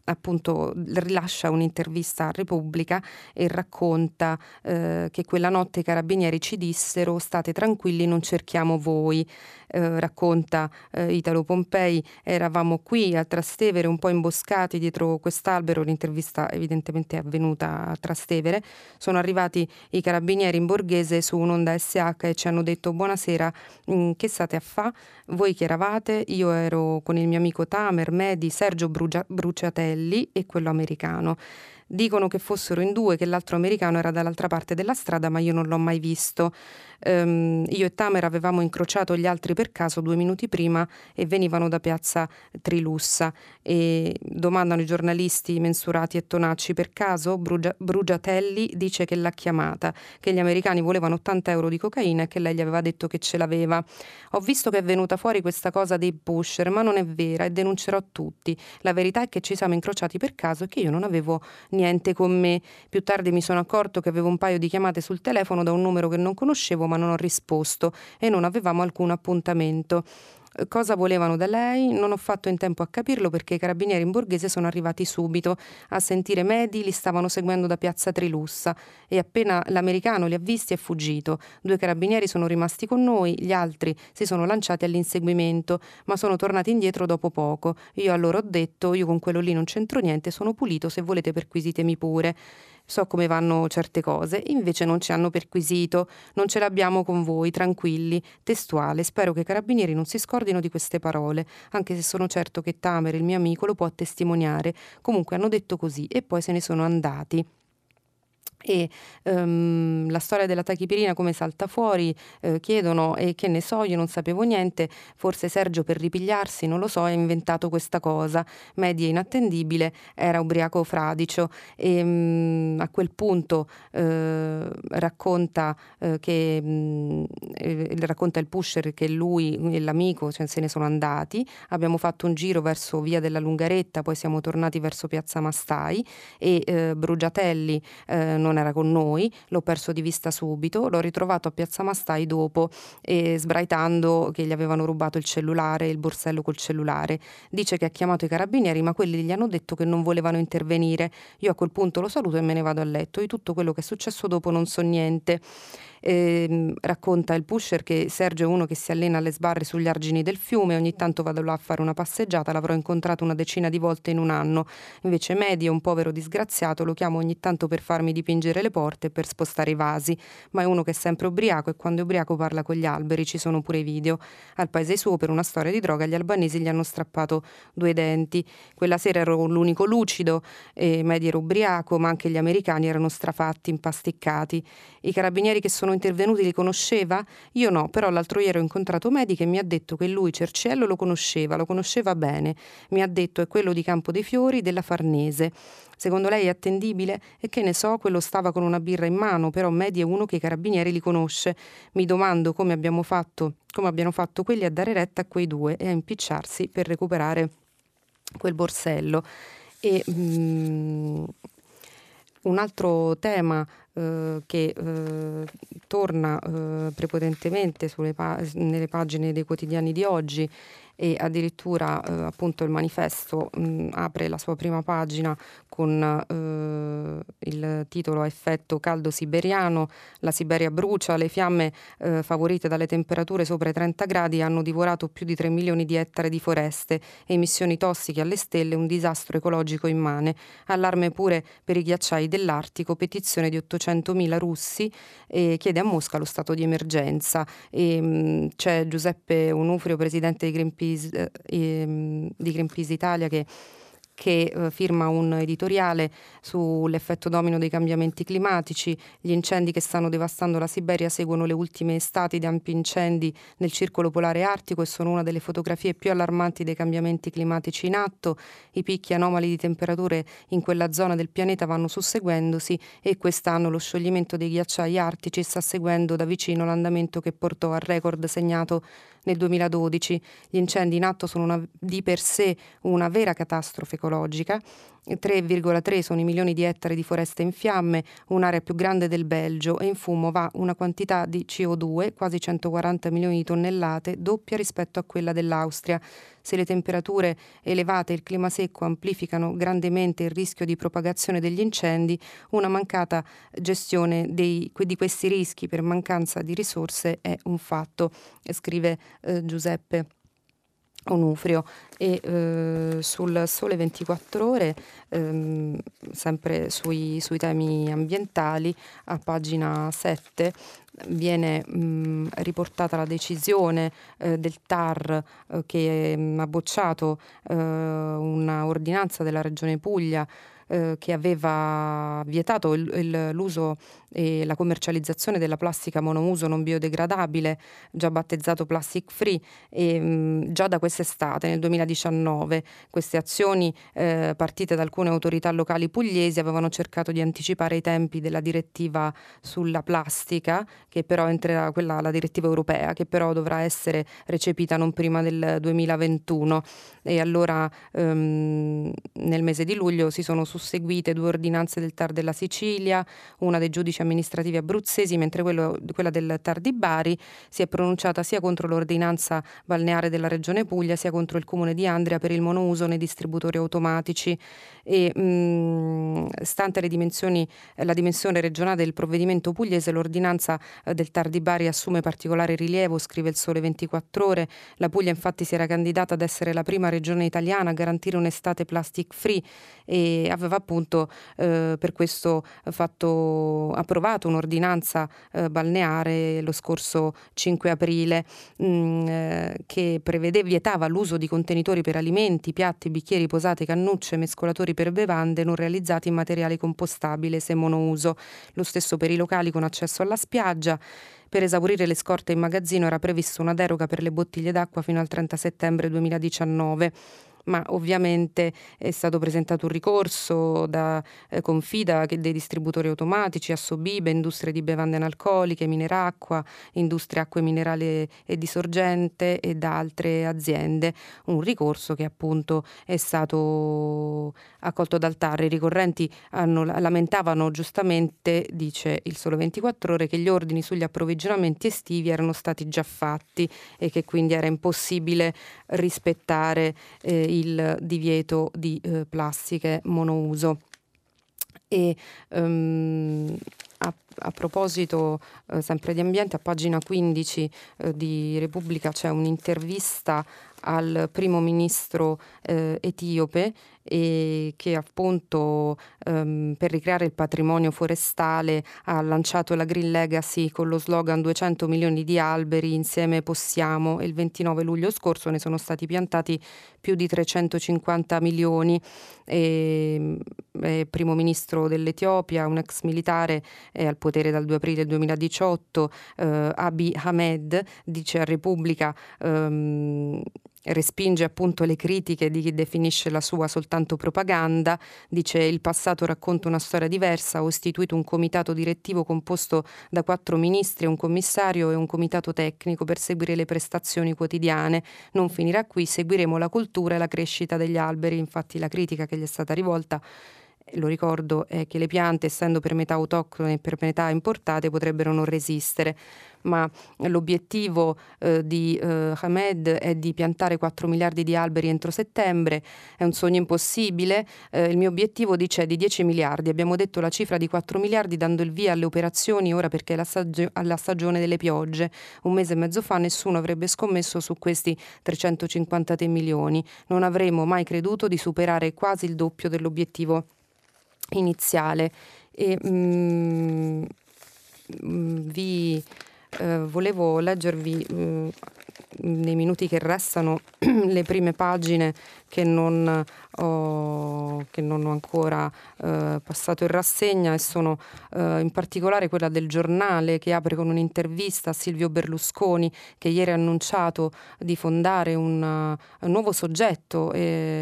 appunto rilascia un'intervista a Repubblica e racconta eh, che quella notte i carabinieri ci dissero: state tranquilli, non cerchiamo voi. Eh, racconta eh, Italo Pompei: eravamo qui a Trastevere un po' imboscati dietro quest'albero, l'intervista evidentemente è avvenuta a Trastevere, sono arrivati i carabinieri in Borghese su un'Honda S H e ci hanno detto: buonasera, mh, che state a fa? Voi chi eravate? Io ero con il mio amico Tamer, Medi, Sergio Brugia- Bruciatelli e quello americano. Dicono che fossero in due, che l'altro americano era dall'altra parte della strada, ma io non l'ho mai visto. Um, io e Tamer avevamo incrociato gli altri per caso due minuti prima e venivano da piazza Trilussa. E domandano i giornalisti mensurati e tonacci: per caso? Brugia- Brugiatelli dice che l'ha chiamata, che gli americani volevano ottanta euro di cocaina e che lei gli aveva detto che ce l'aveva. Ho visto che è venuta fuori questa cosa dei pusher, ma non è vera e denuncerò tutti. La verità è che ci siamo incrociati per caso e che io non avevo niente con me. Più tardi mi sono accorto che avevo un paio di chiamate sul telefono da un numero che non conoscevo, ma non ho risposto e non avevamo alcun appuntamento. Cosa volevano da lei? Non ho fatto in tempo a capirlo, perché i carabinieri in Borghese sono arrivati subito a sentire Medi, li stavano seguendo da piazza Trilussa e appena l'americano li ha visti è fuggito. Due carabinieri sono rimasti con noi, gli altri si sono lanciati all'inseguimento, ma sono tornati indietro dopo poco. Io a loro ho detto: io con quello lì non c'entro niente, sono pulito, se volete perquisitemi pure. So come vanno certe cose, invece non ci hanno perquisito, non ce l'abbiamo con voi, tranquilli. Testuale: spero che i carabinieri non si scordino di queste parole, anche se sono certo che Tamer, il mio amico, lo può testimoniare. Comunque hanno detto così e poi se ne sono andati. E um, la storia della tachipirina come salta fuori, eh, chiedono: e che ne so, io non sapevo niente, forse Sergio per ripigliarsi, non lo so, ha inventato questa cosa. Medi è inattendibile, era ubriaco fradicio e um, a quel punto eh, racconta eh, che mh, eh, racconta il pusher che lui e l'amico, cioè, se ne sono andati. Abbiamo fatto un giro verso via della Lungaretta, poi siamo tornati verso piazza Mastai e eh, Brugiatelli eh, non era con noi, l'ho perso di vista subito, l'ho ritrovato a piazza Mastai dopo e sbraitando che gli avevano rubato il cellulare, il borsello col cellulare. Dice che ha chiamato i carabinieri, ma quelli gli hanno detto che non volevano intervenire. Io a quel punto lo saluto e me ne vado a letto. Di tutto quello che è successo dopo non so niente. Eh, racconta il pusher che Sergio è uno che si allena alle sbarre sugli argini del fiume, ogni tanto vado là a fare una passeggiata, l'avrò incontrato una decina di volte in un anno. Invece Medi è un povero disgraziato, lo chiamo ogni tanto per farmi dipingere le porte e per spostare i vasi, ma è uno che è sempre ubriaco e quando è ubriaco parla con gli alberi, ci sono pure i video. Al paese suo, per una storia di droga, gli albanesi gli hanno strappato due denti. Quella sera ero l'unico lucido, e Medi era ubriaco, ma anche gli americani erano strafatti, impasticcati. I carabinieri che sono intervenuti li conosceva? Io no, però l'altro ieri ho incontrato Medi che mi ha detto che lui Cerciello lo conosceva, lo conosceva bene. Mi ha detto: è quello di Campo dei Fiori, della Farnese. Secondo lei è attendibile? E che ne so, quello stava con una birra in mano, però Medi è uno che i carabinieri li conosce. Mi domando come abbiamo fatto, come abbiano fatto quelli a dare retta a quei due e a impicciarsi per recuperare quel borsello. E mm, un altro tema eh, che eh, torna eh, prepotentemente sulle pa- nelle pagine dei quotidiani di oggi, e addirittura eh, appunto il Manifesto mh, apre la sua prima pagina con eh, il titolo a effetto caldo siberiano: la Siberia brucia, le fiamme eh, favorite dalle temperature sopra i trenta gradi hanno divorato più di tre milioni di ettari di foreste, emissioni tossiche alle stelle, un disastro ecologico immane. Allarme pure per i ghiacciai dell'Artico, petizione di ottocentomila russi, e chiede a Mosca lo stato di emergenza. E, mh, c'è Giuseppe Onufrio, presidente di Greenpeace eh, ehm, di Greenpeace Italia, che che eh, firma un editoriale sull'effetto domino dei cambiamenti climatici. Gli incendi che stanno devastando la Siberia seguono le ultime estati di ampi incendi nel circolo polare artico e sono una delle fotografie più allarmanti dei cambiamenti climatici in atto. I picchi anomali di temperature in quella zona del pianeta vanno susseguendosi e quest'anno lo scioglimento dei ghiacciai artici sta seguendo da vicino l'andamento che portò al record segnato nel duemiladodici. Gli incendi in atto sono una, di per sé una vera catastrofe ecologica. tre virgola tre sono i milioni di ettari di foresta in fiamme, un'area più grande del Belgio, e in fumo va una quantità di C O due, quasi centoquaranta milioni di tonnellate, doppia rispetto a quella dell'Austria. Se le temperature elevate e il clima secco amplificano grandemente il rischio di propagazione degli incendi, una mancata gestione dei, di questi rischi per mancanza di risorse è un fatto, scrive eh, Giuseppe Onufrio. E eh, sul Sole ventiquattro Ore, ehm, sempre sui, sui temi ambientali, a pagina sette viene mh, riportata la decisione eh, del T A R eh, che mh, ha bocciato eh, una ordinanza della Regione Puglia eh, che aveva vietato il, il, l'uso e la commercializzazione della plastica monouso non biodegradabile, già battezzato plastic free, e mh, già da quest'estate, nel duemiladiciannove, queste azioni eh, partite da alcune autorità locali pugliesi avevano cercato di anticipare i tempi della direttiva sulla plastica, che però entrerà, quella, la direttiva europea, che però dovrà essere recepita non prima del duemilaventuno. E allora ehm, nel mese di luglio si sono susseguite due ordinanze del T A R della Sicilia, una dei giudici amministrativi abruzzesi, mentre quello, quella del T A R di Bari si è pronunciata sia contro l'ordinanza balneare della Regione Puglia sia contro il Comune di Andria per il monouso nei distributori automatici. E mh, stante le dimensioni, la dimensione regionale del provvedimento pugliese, l'ordinanza eh, del T A R di Bari assume particolare rilievo, scrive il Sole ventiquattro Ore. La Puglia infatti si era candidata ad essere la prima regione italiana a garantire un'estate plastic free e aveva appunto eh, per questo fatto approvato un'ordinanza eh, balneare lo scorso cinque aprile mh, eh, che prevedeva, vietava l'uso di contenitori per alimenti, piatti, bicchieri, posate, cannucce, mescolatori per bevande non realizzati in materiale compostabile se monouso. Lo stesso per i locali con accesso alla spiaggia. Per esaurire le scorte in magazzino era prevista una deroga per le bottiglie d'acqua fino al trenta settembre duemiladiciannove. Ma ovviamente è stato presentato un ricorso da eh, Confida, che dei distributori automatici, Assobibe, industrie di bevande analcoliche, Mineracqua, industria acque minerali e di sorgente e da altre aziende. Un ricorso che appunto è stato accolto dal T A R. I ricorrenti hanno, lamentavano giustamente, dice il Sole ventiquattro Ore, che gli ordini sugli approvvigionamenti estivi erano stati già fatti e che quindi era impossibile rispettare eh, il divieto di eh, plastiche monouso. E um, a, a proposito eh, sempre di ambiente, a pagina quindici eh, di Repubblica c'è un'intervista al primo ministro eh, etiope e che appunto ehm, per ricreare il patrimonio forestale ha lanciato la Green Legacy con lo slogan duecento milioni di alberi, insieme possiamo, e il ventinove luglio scorso ne sono stati piantati più di trecentocinquanta milioni. E, e primo ministro dell'Etiopia, un ex militare, è al potere dal due aprile duemiladiciotto, eh, Abiy Ahmed, dice a Repubblica, ehm, respinge appunto le critiche di chi definisce la sua soltanto propaganda. Dice: il passato racconta una storia diversa, ho istituito un comitato direttivo composto da quattro ministri, un commissario e un comitato tecnico per seguire le prestazioni quotidiane. Non finirà qui, seguiremo la cultura e la crescita degli alberi. Infatti la critica che gli è stata rivolta, lo ricordo, è che le piante, essendo per metà autoctone e per metà importate, potrebbero non resistere. Ma l'obiettivo eh, di eh, Ahmed è di piantare quattro miliardi di alberi entro settembre. È un sogno impossibile. Eh, il mio obiettivo, dice, è di dieci miliardi. Abbiamo detto la cifra di quattro miliardi dando il via alle operazioni ora perché è la, stag- la stagione delle piogge. Un mese e mezzo fa nessuno avrebbe scommesso su questi trecentocinquantatré milioni. Non avremmo mai creduto di superare quasi il doppio dell'obiettivo iniziale. E mm, vi eh, volevo leggervi mh, nei minuti che restano le prime pagine che non ho, che non ho ancora eh, passato in rassegna, e sono eh, in particolare quella del Giornale, che apre con un'intervista a Silvio Berlusconi, che ieri ha annunciato di fondare un, un nuovo soggetto eh,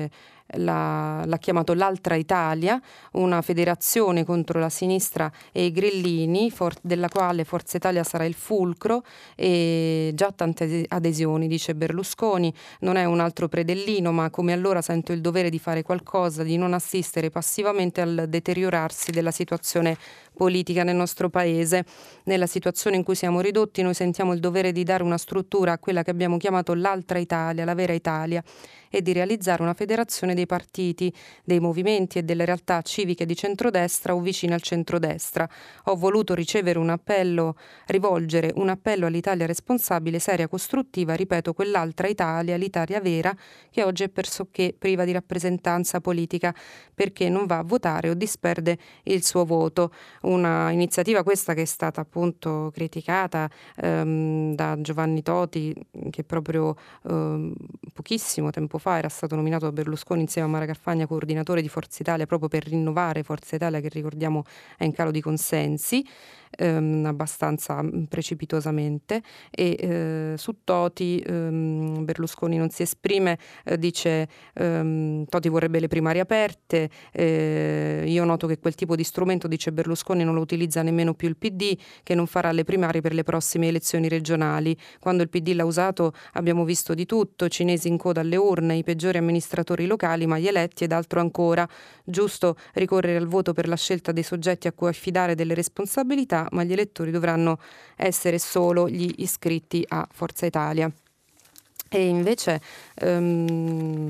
la, l'ha chiamato l'Altra Italia, una federazione contro la sinistra e i grillini, for, della quale Forza Italia sarà il fulcro, e già tante adesioni, dice Berlusconi. Non è un altro predellino, ma come allora sento il dovere di fare qualcosa, di non assistere passivamente al deteriorarsi della situazione politica nel nostro paese. Nella situazione in cui siamo ridotti, noi sentiamo il dovere di dare una struttura a quella che abbiamo chiamato l'altra Italia, la vera Italia, e di realizzare una federazione dei partiti, dei movimenti e delle realtà civiche di centrodestra o vicine al centrodestra. Ho voluto ricevere un appello, rivolgere un appello all'Italia responsabile, seria, costruttiva, ripeto, quell'altra Italia, l'Italia vera, che oggi è pressoché priva di rappresentanza politica perché non va a votare o disperde il suo voto. Una iniziativa questa che è stata appunto criticata ehm, da Giovanni Toti, che proprio ehm, pochissimo tempo fa era stato nominato da Berlusconi insieme a Mara Carfagna coordinatore di Forza Italia, proprio per rinnovare Forza Italia, che ricordiamo è in calo di consensi ehm, abbastanza precipitosamente, e eh, su Toti ehm, Berlusconi non si esprime, eh, dice ehm, Toti vorrebbe le primarie aperte, eh, io noto che quel tipo di strumento, dice Berlusconi, non lo utilizza nemmeno più il P D, che non farà le primarie per le prossime elezioni regionali. Quando il P D l'ha usato abbiamo visto di tutto: cinesi in coda alle urne, i peggiori amministratori locali, ma gli eletti ed altro ancora. Giusto ricorrere al voto per la scelta dei soggetti a cui affidare delle responsabilità, ma gli elettori dovranno essere solo gli iscritti a Forza Italia. E invece um,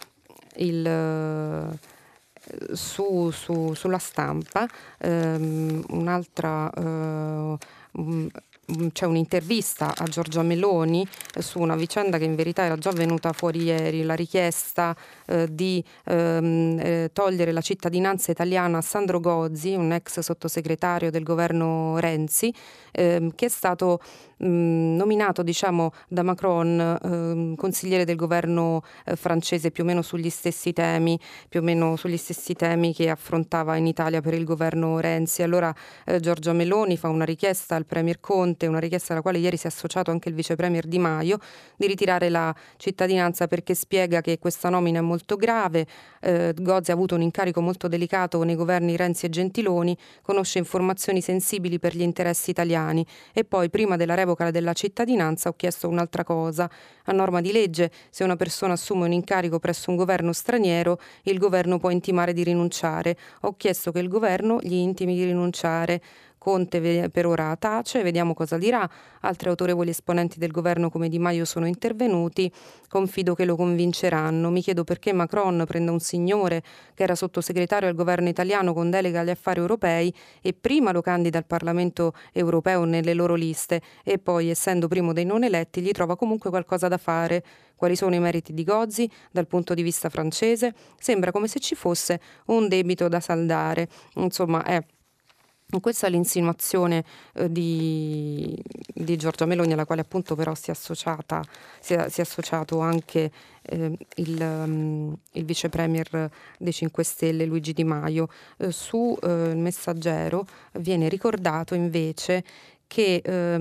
il Su, su, sulla Stampa um, un'altra uh, um, c'è un'intervista a Giorgia Meloni eh, su una vicenda che in verità era già venuta fuori ieri, la richiesta eh, di ehm, eh, togliere la cittadinanza italiana a Sandro Gozzi, un ex sottosegretario del governo Renzi, ehm, che è stato mh, nominato, diciamo, da Macron ehm, consigliere del governo eh, francese, più o meno sugli stessi temi, più o meno sugli stessi temi che affrontava in Italia per il governo Renzi. Allora eh, Giorgia Meloni fa una richiesta al Premier Conte, una richiesta alla quale ieri si è associato anche il vice premier Di Maio, di ritirare la cittadinanza, perché spiega che questa nomina è molto grave. eh, Gozzi ha avuto un incarico molto delicato nei governi Renzi e Gentiloni, conosce informazioni sensibili per gli interessi italiani. E poi, prima della revoca della cittadinanza, ho chiesto un'altra cosa. A norma di legge, se una persona assume un incarico presso un governo straniero, il governo può intimare di rinunciare. Ho chiesto che il governo gli intimi di rinunciare. Conte per ora tace, vediamo cosa dirà. Altri autorevoli esponenti del governo come Di Maio sono intervenuti, confido che lo convinceranno. Mi chiedo perché Macron prenda un signore che era sottosegretario al governo italiano con delega agli affari europei e prima lo candida al Parlamento europeo nelle loro liste e poi, essendo primo dei non eletti, gli trova comunque qualcosa da fare. Quali sono i meriti di Gozzi dal punto di vista francese? Sembra come se ci fosse un debito da saldare. Insomma, è questa è l'insinuazione eh, di, di Giorgia Meloni, alla quale appunto però si è associata, si è, si è associato anche eh, il, um, il vice premier dei cinque Stelle Luigi Di Maio. Eh, su eh, il Messaggero viene ricordato invece che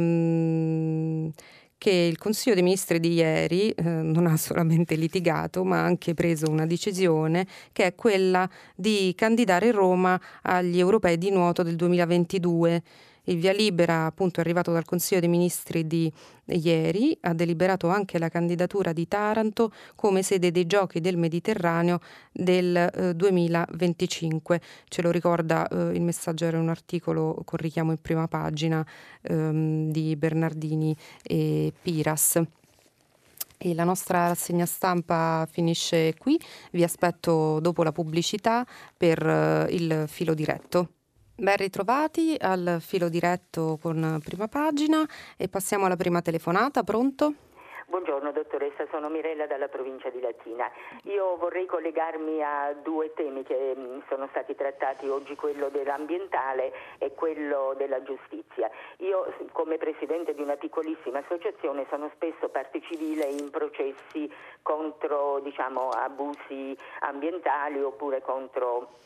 um, che il Consiglio dei Ministri di ieri eh, non ha solamente litigato, ma ha anche preso una decisione, che è quella di candidare Roma agli europei di nuoto del duemilaventidue. Il via libera appunto è arrivato dal Consiglio dei Ministri di ieri, ha deliberato anche la candidatura di Taranto come sede dei Giochi del Mediterraneo del eh, duemilaventicinque. Ce lo ricorda eh, il Messaggero in un articolo con richiamo in prima pagina ehm, di Bernardini e Piras. E la nostra rassegna stampa finisce qui, vi aspetto dopo la pubblicità per eh, il filo diretto. Ben ritrovati al filo diretto con Prima Pagina e passiamo alla prima telefonata. Pronto? Buongiorno dottoressa, sono Mirella dalla provincia di Latina. Io vorrei collegarmi a due temi che sono stati trattati oggi, quello dell'ambientale e quello della giustizia. Io come presidente di una piccolissima associazione sono spesso parte civile in processi contro, diciamo, abusi ambientali oppure contro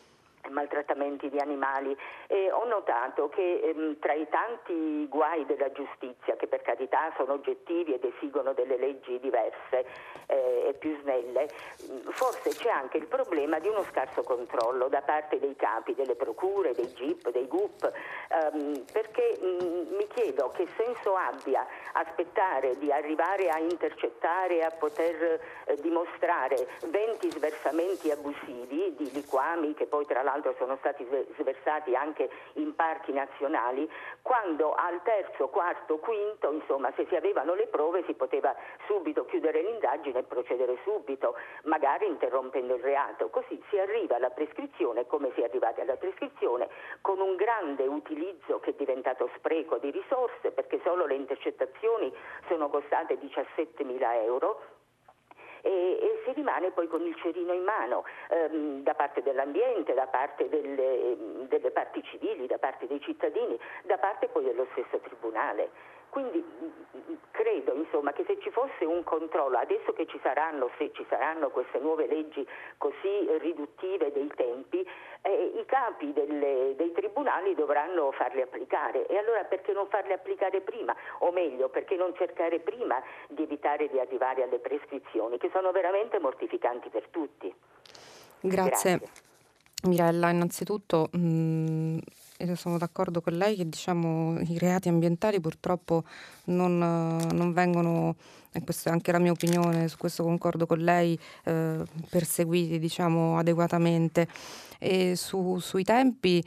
maltrattamenti di animali, e ho notato che ehm, tra i tanti guai della giustizia, che per carità sono oggettivi ed esigono delle leggi diverse eh, e più snelle, forse c'è anche il problema di uno scarso controllo da parte dei capi delle procure, dei G I P, dei G U P, ehm, perché mh, mi chiedo che senso abbia aspettare di arrivare a intercettare e a poter eh, dimostrare venti sversamenti abusivi di liquami che poi tra l'altro sono stati sversati anche in parchi nazionali, quando al terzo, quarto, quinto, insomma, se si avevano le prove si poteva subito chiudere l'indagine e procedere subito, magari interrompendo il reato. Così si arriva alla prescrizione, come si è arrivati alla prescrizione, con un grande utilizzo che è diventato spreco di risorse, perché solo le intercettazioni sono costate diciassettemila euro. E, e si rimane poi con il cerino in mano ehm, da parte dell'ambiente, da parte delle, delle parti civili, da parte dei cittadini, da parte poi dello stesso tribunale. Quindi credo insomma che se ci fosse un controllo, adesso che ci saranno, se ci saranno queste nuove leggi così riduttive dei tempi, eh, i capi delle, dei tribunali dovranno farle applicare. E allora perché non farle applicare prima? O meglio, perché non cercare prima di evitare di arrivare alle prescrizioni, che sono veramente mortificanti per tutti. Grazie, Grazie. Mirella. Innanzitutto mh, io sono d'accordo con lei che diciamo i reati ambientali purtroppo non, eh, non vengono, e questa è anche la mia opinione, su questo concordo con lei, eh, perseguiti diciamo adeguatamente. E su, sui tempi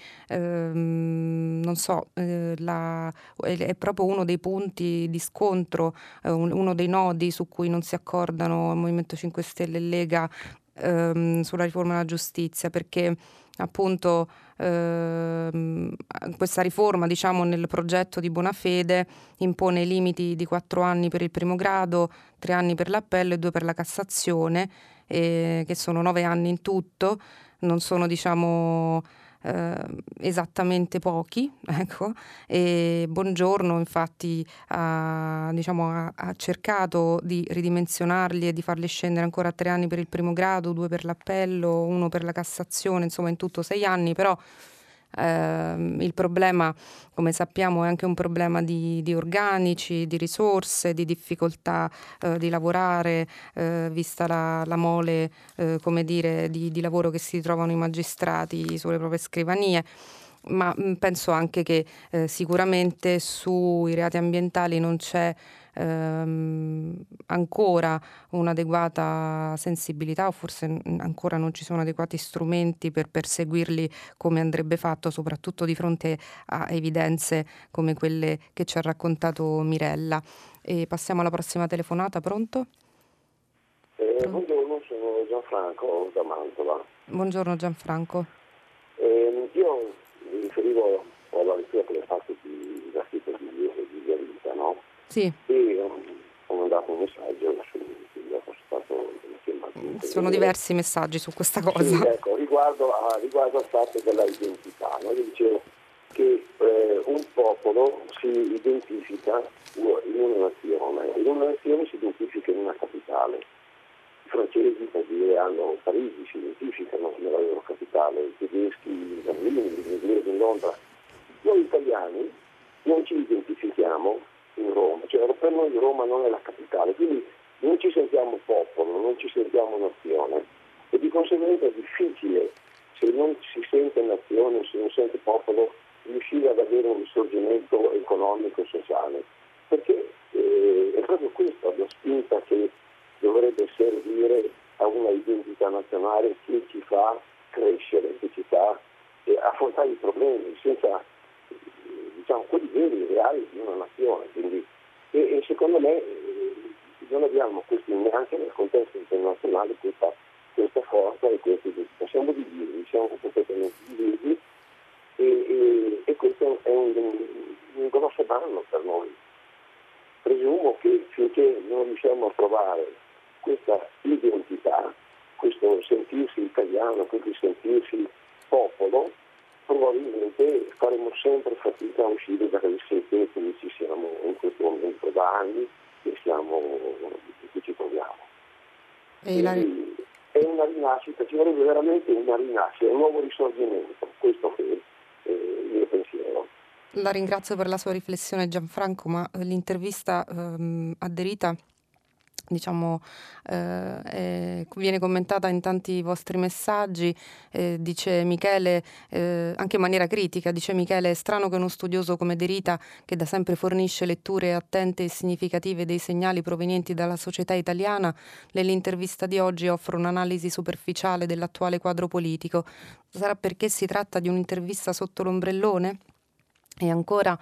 ehm, non so, eh, la, è, è proprio uno dei punti di scontro, eh, un- uno dei nodi su cui non si accordano Movimento cinque Stelle e Lega ehm, sulla riforma della giustizia, perché appunto ehm, questa riforma, diciamo, nel progetto di Bonafede impone i limiti di quattro anni per il primo grado, tre anni per l'appello e due per la Cassazione, eh, che sono nove anni in tutto. Non sono, diciamo, eh, esattamente pochi, ecco. E Bongiorno infatti ha, diciamo, ha, ha cercato di ridimensionarli e di farli scendere ancora a tre anni per il primo grado, due per l'appello, uno per la Cassazione, insomma in tutto sei anni, però ehm, il problema, come sappiamo, è anche un problema di, di organici, di risorse, di difficoltà eh, di lavorare, eh, vista la, la mole, eh, come dire, di, di lavoro che si trovano i magistrati sulle proprie scrivanie. Ma mh, penso anche che eh, sicuramente sui reati ambientali non c'è ehm, ancora un'adeguata sensibilità, o forse n- ancora non ci sono adeguati strumenti per perseguirli come andrebbe fatto, soprattutto di fronte a evidenze come quelle che ci ha raccontato Mirella. E passiamo alla prossima telefonata, pronto? Eh, Pronto? buongiorno, sono Gianfranco da Mantova. Buongiorno Gianfranco. Eh, io mi riferivo alla lettura che le ho fatto di, da sito di di Via Vita, no? Sì, E um, ho mandato un messaggio, adesso quindi ho postato sono diversi messaggi su questa cosa. Sì, ecco, riguardo, a, riguardo al fatto della identità, no? Io dicevo che eh, un popolo si identifica in una nazione, in una nazione si identifica in una capitale. I francesi, per dire, hanno Parigi, si identificano nella loro capitale, i tedeschi in Berlino, gli inglesi in Londra. Noi italiani non ci identifichiamo in Roma, cioè per noi Roma non è la capitale, quindi non ci sentiamo popolo, non ci sentiamo nazione e di conseguenza è difficile, se non si sente nazione, se non si sente popolo, riuscire ad avere un risorgimento economico e sociale, perché eh, è proprio questa la spinta che dovrebbe servire a una identità nazionale che ci fa crescere, che ci fa eh, affrontare i problemi senza, eh, diciamo, quelli veri, reali di una nazione. Quindi, e, e secondo me eh, non abbiamo questi, neanche nel contesto internazionale questa, questa forza e questa identità. Siamo divisi, siamo completamente divisi e, e, e questo è un, un grosso danno per noi. Presumo che finché non riusciamo a trovare questa identità, questo sentirsi italiano, questo sentirsi popolo, probabilmente faremo sempre fatica a uscire da quelle sete in cui ci siamo in questo momento da anni e siamo, che ci troviamo. E la... Quindi è è una rinascita, ci vorrebbe veramente una rinascita, un nuovo risorgimento, questo che è il mio pensiero. La ringrazio per la sua riflessione, Gianfranco, ma l'intervista ehm, aderita diciamo eh, è, viene commentata in tanti vostri messaggi, eh, dice Michele, eh, anche in maniera critica, dice Michele: è strano che uno studioso come De Rita, che da sempre fornisce letture attente e significative dei segnali provenienti dalla società italiana, nell'intervista di oggi offre un'analisi superficiale dell'attuale quadro politico. Sarà perché si tratta di un'intervista sotto l'ombrellone? E ancora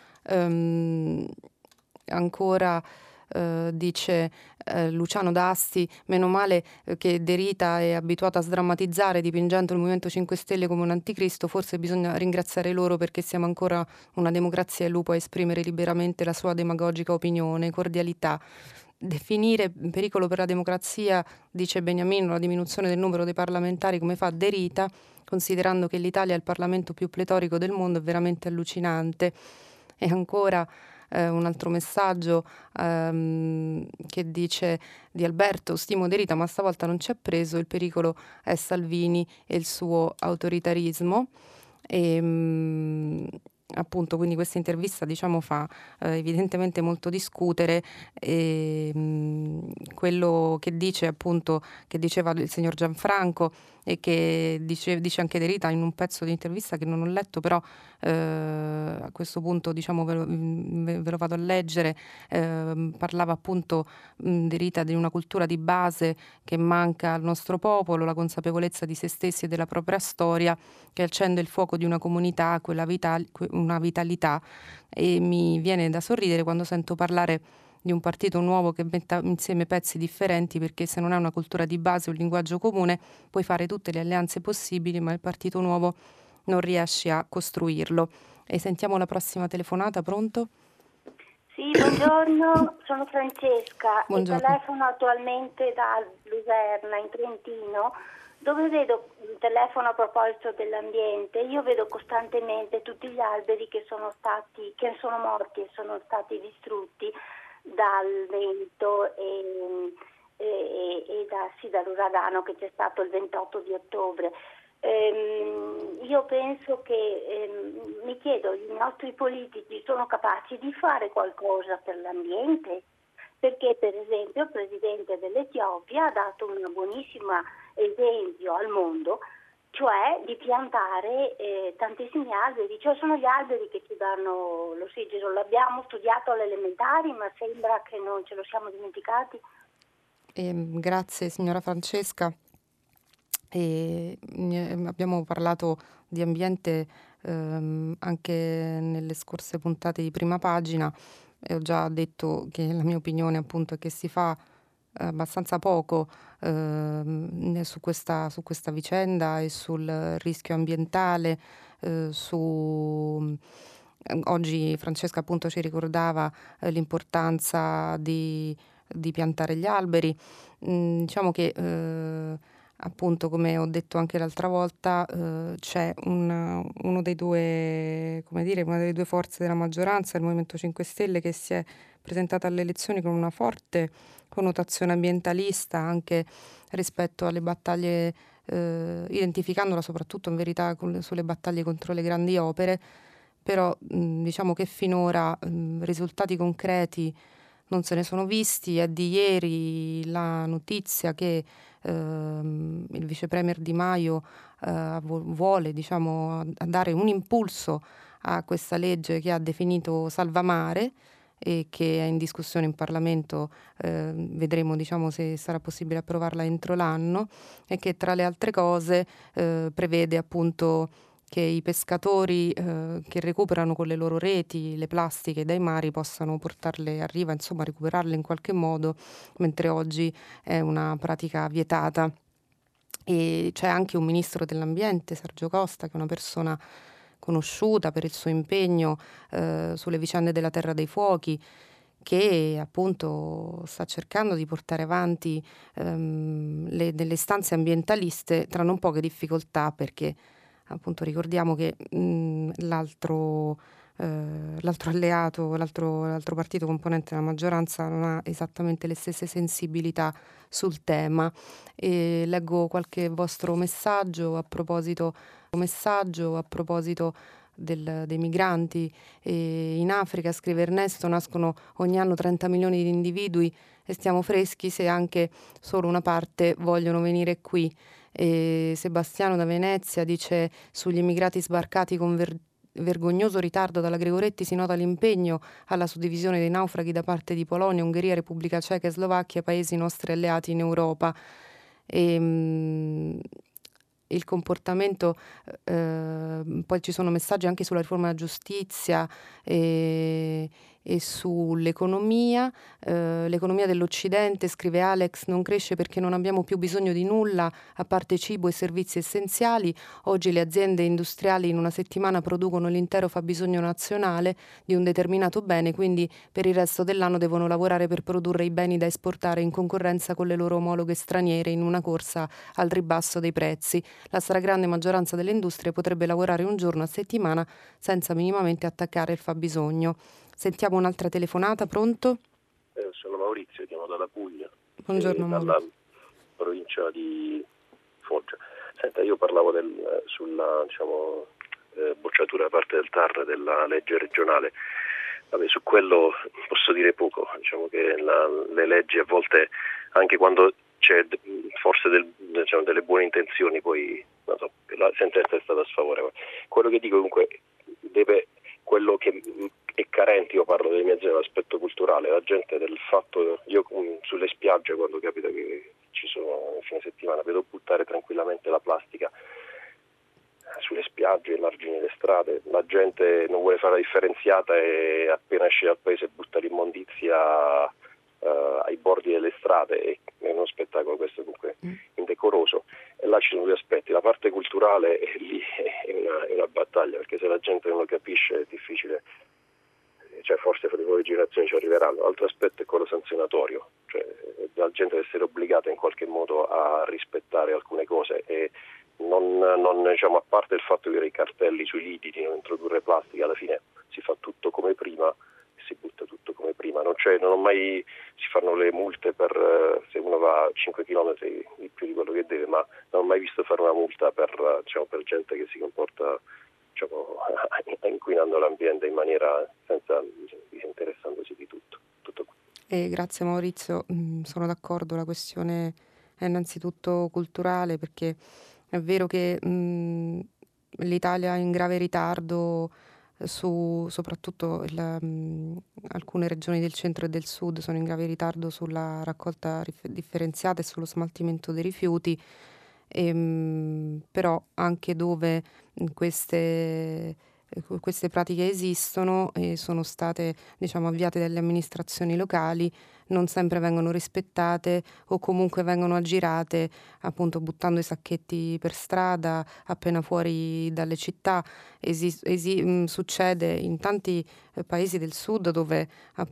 ehm, ancora Uh, dice uh, Luciano D'Asti: meno male uh, che De Rita è abituato a sdrammatizzare dipingendo il Movimento cinque Stelle come un anticristo, forse bisogna ringraziare loro perché siamo ancora una democrazia e lui può esprimere liberamente la sua demagogica opinione. Cordialità. Definire pericolo per la democrazia, dice Beniamino, la diminuzione del numero dei parlamentari come fa De Rita, considerando che l'Italia è il Parlamento più pletorico del mondo, è veramente allucinante. E ancora Eh, un altro messaggio ehm, che dice di Alberto: stimo De Rita, ma stavolta non ci ha preso, il pericolo è Salvini e il suo autoritarismo. E, mh, appunto, quindi questa intervista diciamo fa eh, evidentemente molto discutere, e mh, quello che dice appunto che diceva il signor Gianfranco e che dice, dice anche De Rita in un pezzo di intervista che non ho letto, però eh, a questo punto diciamo ve lo, ve lo vado a leggere. Eh, parlava appunto mh, De Rita di una cultura di base che manca al nostro popolo, la consapevolezza di se stessi e della propria storia che accende il fuoco di una comunità, quella vital- una vitalità, e mi viene da sorridere quando sento parlare di un partito nuovo che metta insieme pezzi differenti, perché se non hai una cultura di base, un linguaggio comune, puoi fare tutte le alleanze possibili, ma il partito nuovo non riesci a costruirlo. E sentiamo la prossima telefonata, pronto? Sì, buongiorno, sono Francesca Buongiorno. e telefono attualmente da Luserna in Trentino, dove vedo un telefono a proposito dell'ambiente. Io vedo costantemente tutti gli alberi che sono stati, che sono morti e sono stati distrutti dal vento e, e, e da, sì, dall'uragano che c'è stato il ventotto di ottobre. Ehm, io penso che, ehm, mi chiedo, i nostri politici sono capaci di fare qualcosa per l'ambiente? Perché per esempio il presidente dell'Etiopia ha dato un buonissimo esempio al mondo, cioè di piantare eh, tantissimi alberi, cioè sono gli alberi che ci danno l'ossigeno. L'abbiamo studiato alle elementari, ma sembra che non ce lo siamo dimenticati. Eh, grazie signora Francesca. E, eh, abbiamo parlato di ambiente ehm, anche nelle scorse puntate di Prima Pagina, e ho già detto che la mia opinione appunto è che si fa abbastanza poco eh, su, questa, su questa vicenda e sul rischio ambientale. Eh, su oggi Francesca appunto ci ricordava eh, l'importanza di, di piantare gli alberi. Mm, diciamo che eh, appunto, come ho detto anche l'altra volta, eh, c'è un, uno dei due, come dire, una delle due forze della maggioranza, il Movimento cinque Stelle, che si è presentata alle elezioni con una forte connotazione ambientalista anche rispetto alle battaglie, eh, identificandola soprattutto in verità con le, sulle battaglie contro le grandi opere, però mh, diciamo che finora mh, risultati concreti non se ne sono visti. È di ieri la notizia che ehm, il vice premier Di Maio eh, vuole diciamo, dare un impulso a questa legge che ha definito Salvamare e che è in discussione in Parlamento. Eh, vedremo diciamo, se sarà possibile approvarla entro l'anno, e che tra le altre cose eh, prevede appunto che i pescatori eh, che recuperano con le loro reti le plastiche dai mari possano portarle a riva, insomma recuperarle in qualche modo, mentre oggi è una pratica vietata. E c'è anche un ministro dell'ambiente, Sergio Costa, che è una persona conosciuta per il suo impegno eh, sulle vicende della Terra dei Fuochi, che appunto sta cercando di portare avanti ehm, le, delle istanze ambientaliste tra non poche difficoltà, perché appunto ricordiamo che mh, l'altro eh, l'altro alleato, l'altro, l'altro partito componente della maggioranza non ha esattamente le stesse sensibilità sul tema. E leggo qualche vostro messaggio a proposito, messaggio a proposito del, dei migranti. E in Africa, scrive Ernesto, nascono ogni anno trenta milioni di individui e stiamo freschi se anche solo una parte vogliono venire qui. E Sebastiano da Venezia dice: sugli immigrati sbarcati con ver- vergognoso ritardo dalla Gregoretti si nota l'impegno alla suddivisione dei naufraghi da parte di Polonia, Ungheria, Repubblica Ceca e Slovacchia, paesi nostri alleati in Europa. E, mh, il comportamento, eh, poi ci sono messaggi anche sulla riforma della giustizia e, e sull'economia. Eh, l'economia dell'Occidente, scrive Alex, non cresce perché non abbiamo più bisogno di nulla a parte cibo e servizi essenziali. Oggi le aziende industriali in una settimana producono l'intero fabbisogno nazionale di un determinato bene, quindi per il resto dell'anno devono lavorare per produrre i beni da esportare in concorrenza con le loro omologhe straniere in una corsa al ribasso dei prezzi. La stragrande maggioranza delle industrie potrebbe lavorare un giorno a settimana senza minimamente attaccare il fabbisogno. Sentiamo un'altra telefonata, pronto? Eh, sono Maurizio, chiamo dalla Puglia, Buongiorno, eh, dalla Maurizio. provincia di Foggia. Senta, io parlavo del, sulla diciamo, eh, bocciatura da parte del T A R della legge regionale. Vabbè, su quello posso dire poco, diciamo che la, le leggi a volte, anche quando c'è forse del, diciamo, delle buone intenzioni, poi non so, la sentenza è stata sfavorevole. Quello che dico comunque deve, quello che è carente, io parlo delle mie aziende, dell'aspetto culturale, la gente del fatto, io sulle spiagge quando capita che ci sono fine settimana vedo buttare tranquillamente la plastica sulle spiagge, ai margini delle strade, la gente non vuole fare la differenziata e appena esce dal paese butta l'immondizia uh, ai bordi delle strade, e è uno spettacolo questo comunque indecoroso. E là ci sono due aspetti: la parte culturale è lì è una, è una battaglia, perché se la gente non lo capisce è difficile, cioè forse fra le nuove generazioni ci arriveranno. L'altro aspetto è quello sanzionatorio, cioè la gente deve essere obbligata in qualche modo a rispettare alcune cose e non, non diciamo, a parte il fatto di avere i cartelli sui lidi di non introdurre plastica, alla fine si fa tutto come prima e si butta tutto come prima. Non c'è, non ho mai, si fanno le multe per se uno va cinque chilometri di più di quello che deve, ma non ho mai visto fare una multa per, diciamo, per gente che si comporta, diciamo, inquinando l'ambiente in maniera senza, disinteressandosi di tutto. tutto. Eh, grazie Maurizio, mm, sono d'accordo, la questione è innanzitutto culturale, perché è vero che mh, l'Italia è in grave ritardo su soprattutto il, mh, alcune regioni del centro e del sud sono in grave ritardo sulla raccolta rif- differenziata e sullo smaltimento dei rifiuti, e, mh, però anche dove queste queste pratiche esistono e sono state, diciamo, avviate dalle amministrazioni locali, non sempre vengono rispettate o comunque vengono aggirate, appunto buttando i sacchetti per strada appena fuori dalle città. Esi- esi- mh, succede in tanti eh, paesi del sud dove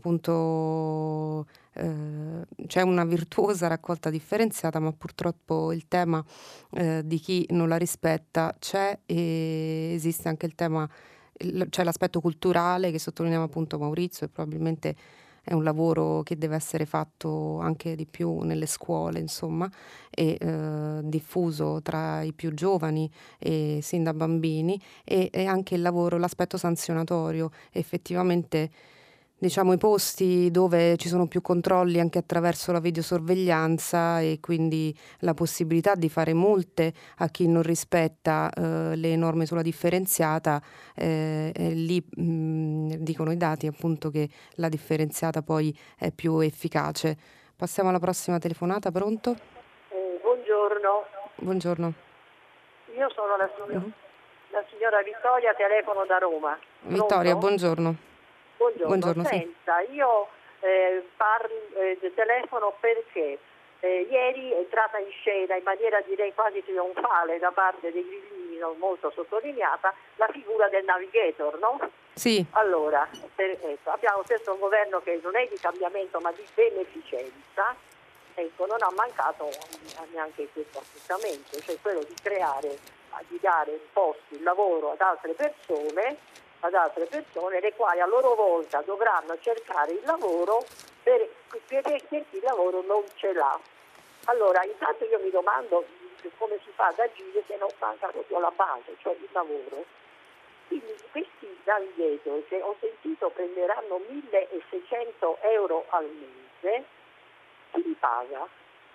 appunto eh, c'è una virtuosa raccolta differenziata, ma purtroppo il tema eh, di chi non la rispetta c'è, e esiste anche il tema, il- c'è l'aspetto culturale che sottolineava appunto Maurizio, e probabilmente è un lavoro che deve essere fatto anche di più nelle scuole, insomma, e eh, diffuso tra i più giovani e sin da bambini, e, e anche il lavoro, l'aspetto sanzionatorio. Effettivamente, diciamo, i posti dove ci sono più controlli anche attraverso la videosorveglianza e quindi la possibilità di fare multe a chi non rispetta eh, le norme sulla differenziata, eh, e lì mh, dicono i dati appunto che la differenziata poi è più efficace. Passiamo alla prossima telefonata, pronto? Eh, buongiorno, Buongiorno. io sono la, signor- Mhm. la signora Vittoria, telefono da Roma. Vittoria, Pronto? buongiorno. Buongiorno, Buongiorno, sì. senta, io eh, parlo, eh, telefono perché eh, ieri è entrata in scena in maniera direi quasi trionfale da parte dei grillini, non molto sottolineata, la figura del navigator, no? Sì. Allora, per, ecco, abbiamo questo governo che non è di cambiamento ma di beneficenza, ecco, non ha mancato neanche questo appuntamento, cioè quello di creare, di dare posti, lavoro ad altre persone ad altre persone, le quali a loro volta dovranno cercare il lavoro per, per, per chi il lavoro non ce l'ha. Allora, intanto io mi domando come si fa ad agire se non manca proprio la base, cioè il lavoro. Quindi questi navigator, che ho sentito prenderanno milleseicento euro al mese, chi li paga?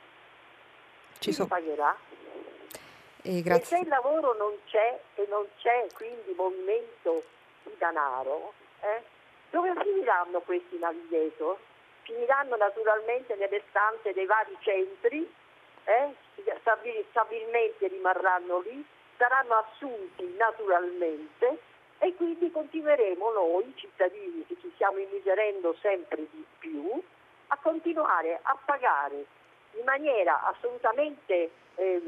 Chi Ci li pagherà? E, e se il lavoro non c'è e non c'è quindi movimento di denaro, eh, dove finiranno questi navigator? Finiranno naturalmente nelle stanze dei vari centri, eh, stabil- stabilmente rimarranno lì, saranno assunti naturalmente e quindi continueremo noi cittadini che ci stiamo immiserendo sempre di più a continuare a pagare in maniera assolutamente eh,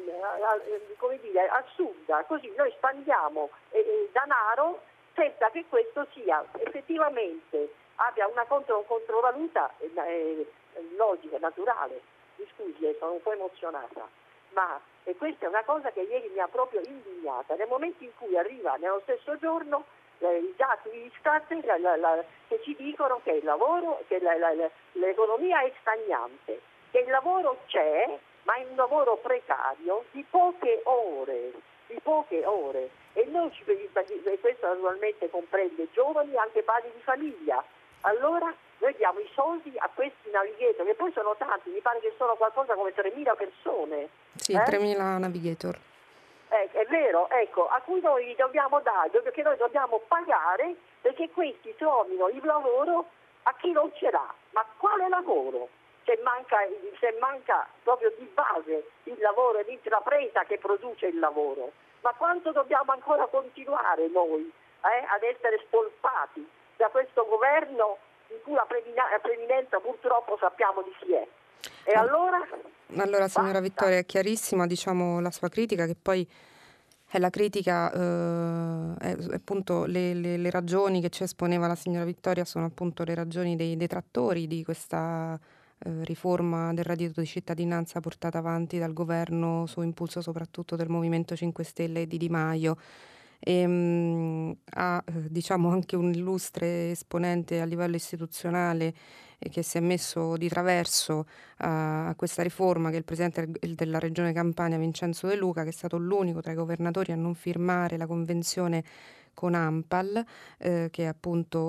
come dire, assurda, così noi spandiamo eh, denaro senza che questo sia effettivamente abbia una contro, controvaluta eh, eh, logica, naturale. Mi scusi, sono un po' emozionata, ma e questa è una cosa che ieri mi ha proprio indignata. Nel momento in cui arriva nello stesso giorno eh, i dati Istat la, la, la, che ci dicono che il lavoro, che la, la, la, l'economia è stagnante, che il lavoro c'è, ma è un lavoro precario di poche ore, di poche ore. E noi ci, e questo naturalmente comprende giovani, anche padri di famiglia. Allora noi diamo i soldi a questi navigator, che poi sono tanti, mi pare che sono qualcosa come tremila persone. Sì, eh? tremila navigator. Eh, è vero, ecco, a cui noi dobbiamo dare, perché noi dobbiamo pagare perché questi trovino il lavoro a chi non ce l'ha. Ma quale lavoro? Se manca, se manca proprio di base il lavoro e l'intrapresa che produce il lavoro. Ma quanto dobbiamo ancora continuare noi eh, ad essere spolpati da questo governo in cui la preminenza purtroppo sappiamo di chi è? E allora? Allora, signora basta. Vittoria, è chiarissima, diciamo, la sua critica, che poi è la critica, eh, è, appunto le, le, le ragioni che ci esponeva la signora Vittoria sono appunto le ragioni dei detrattori di questa eh, riforma del reddito di cittadinanza portata avanti dal governo su impulso soprattutto del Movimento cinque Stelle e di Di Maio. E, mh, ha eh, diciamo anche un illustre esponente a livello istituzionale eh, che si è messo di traverso a, a questa riforma, che è il presidente del- della regione Campania Vincenzo De Luca, che è stato l'unico tra i governatori a non firmare la convenzione con ANPAL, eh, che appunto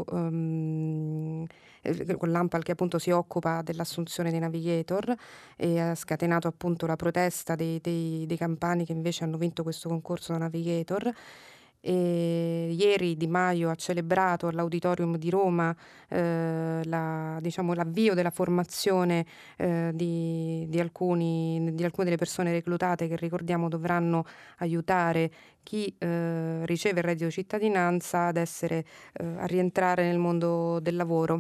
um, eh, con l'ANPAL che appunto si occupa dell'assunzione dei navigator, e ha scatenato appunto la protesta dei, dei, dei campani che invece hanno vinto questo concorso da navigator. E ieri Di Maio ha celebrato all'Auditorium di Roma eh, la, diciamo, l'avvio della formazione eh, di, di, alcuni, di alcune delle persone reclutate, che ricordiamo dovranno aiutare chi eh, riceve il reddito di cittadinanza ad essere, eh, a rientrare nel mondo del lavoro.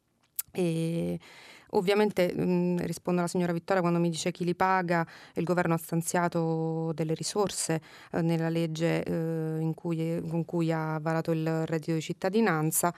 E ovviamente mh, rispondo alla signora Vittoria quando mi dice chi li paga. Il governo ha stanziato delle risorse eh, nella legge eh, in cui, con cui ha varato il reddito di cittadinanza,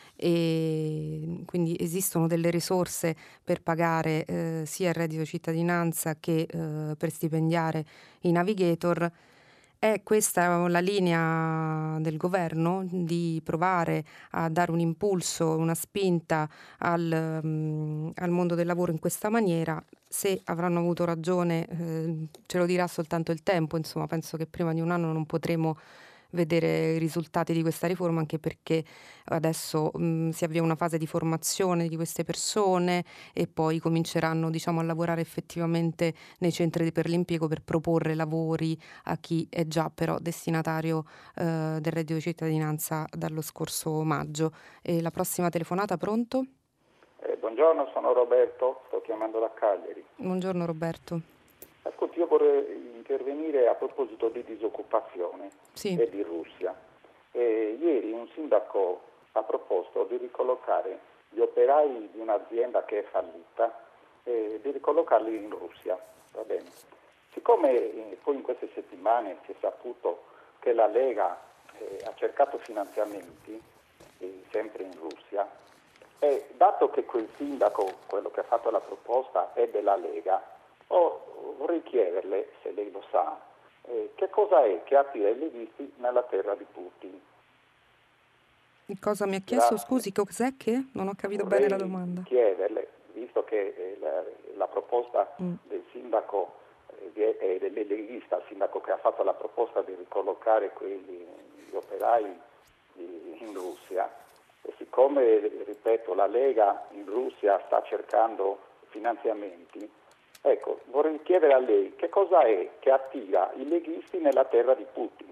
e quindi esistono delle risorse per pagare eh, sia il reddito di cittadinanza che eh, per stipendiare i navigator. È questa la linea del governo, di provare a dare un impulso, una spinta al, um, al mondo del lavoro in questa maniera. Se avranno avuto ragione eh, ce lo dirà soltanto il tempo. Insomma, penso che prima di un anno non potremo vedere i risultati di questa riforma, anche perché adesso mh, si avvia una fase di formazione di queste persone e poi cominceranno, diciamo, a lavorare effettivamente nei centri per l'impiego per proporre lavori a chi è già però destinatario eh, del reddito di cittadinanza dallo scorso maggio. E la prossima telefonata, pronto? Eh, buongiorno, sono Roberto, sto chiamando da Cagliari. Buongiorno Roberto. Ascolti, io vorrei intervenire a proposito di disoccupazione Sì. e di Russia. Eh, ieri un sindaco ha proposto di ricollocare gli operai di un'azienda che è fallita, eh, di ricollocarli in Russia, va bene. Siccome eh, poi in queste settimane si è saputo che la Lega eh, ha cercato finanziamenti, eh, sempre in Russia, e dato che quel sindaco, quello che ha fatto la proposta, è della Lega, oh, vorrei chiederle, se lei lo sa, eh, che cosa è che attira i leghisti nella terra di Putin? Cosa mi ha chiesto? La, Scusi, cos'è che? Non ho capito bene la domanda. Chiederle, visto che eh, la, la proposta Mm. del sindaco e eh, del leghista, il sindaco che ha fatto la proposta di ricollocare quelli, gli operai di, in Russia, e siccome, ripeto, la Lega in Russia sta cercando finanziamenti, ecco, vorrei chiedere a lei che cosa è che attira i leghisti nella terra di Putin.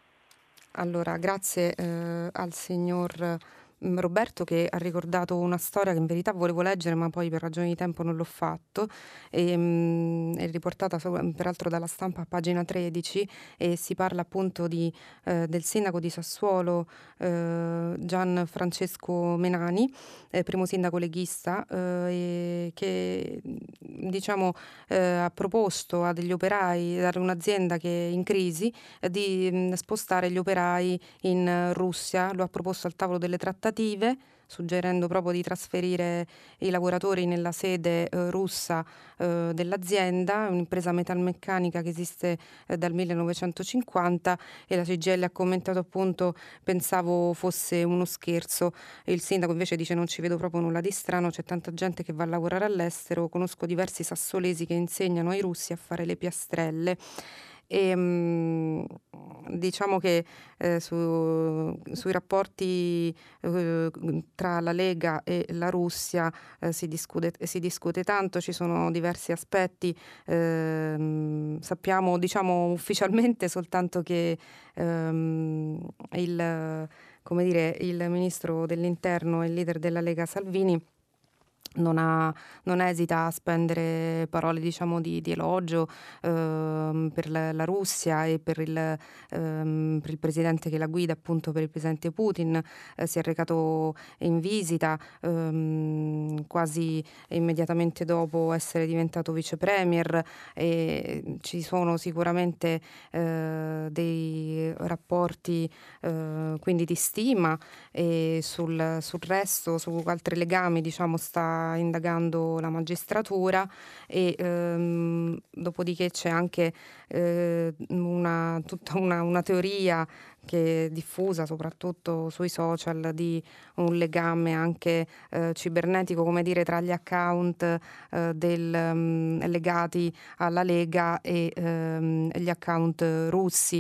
Allora, grazie eh, al signor mm, Roberto che ha ricordato una storia che in verità volevo leggere, ma poi per ragioni di tempo non l'ho fatto. E, mm, è riportata so- peraltro dalla Stampa a pagina tredici e si parla appunto di, eh, del sindaco di Sassuolo eh, Gian Francesco Menani, eh, primo sindaco leghista, eh, e che diciamo eh, ha proposto a degli operai, ad un'azienda che è in crisi, di mh, spostare gli operai in eh, Russia. Lo ha proposto al tavolo delle trattative, suggerendo proprio di trasferire i lavoratori nella sede eh, russa eh, dell'azienda, un'impresa metalmeccanica che esiste eh, dal millenovecentocinquanta, e la C G I L ha commentato appunto: pensavo fosse uno scherzo. E il sindaco invece dice: non ci vedo proprio nulla di strano, c'è tanta gente che va a lavorare all'estero, conosco diversi sassolesi che insegnano ai russi a fare le piastrelle. E, mh, diciamo che eh, su, sui rapporti eh, tra la Lega e la Russia eh, si discute, si discute tanto, ci sono diversi aspetti. Ehm, sappiamo, diciamo, ufficialmente soltanto che ehm, il, come dire, il ministro dell'Interno e il leader della Lega Salvini non, ha, non esita a spendere parole, diciamo, di, di elogio ehm, per la, la Russia e per il, ehm, per il presidente che la guida, appunto per il presidente Putin. Eh, si è recato in visita ehm, quasi immediatamente dopo essere diventato vice premier, e ci sono sicuramente eh, dei rapporti eh, quindi di stima, e sul, sul resto, su altri legami, diciamo, sta indagando la magistratura. E ehm, dopodiché c'è anche eh, una, tutta una, una teoria che è diffusa soprattutto sui social di un legame anche eh, cibernetico, come dire, tra gli account eh, del, um, legati alla Lega e ehm, gli account russi.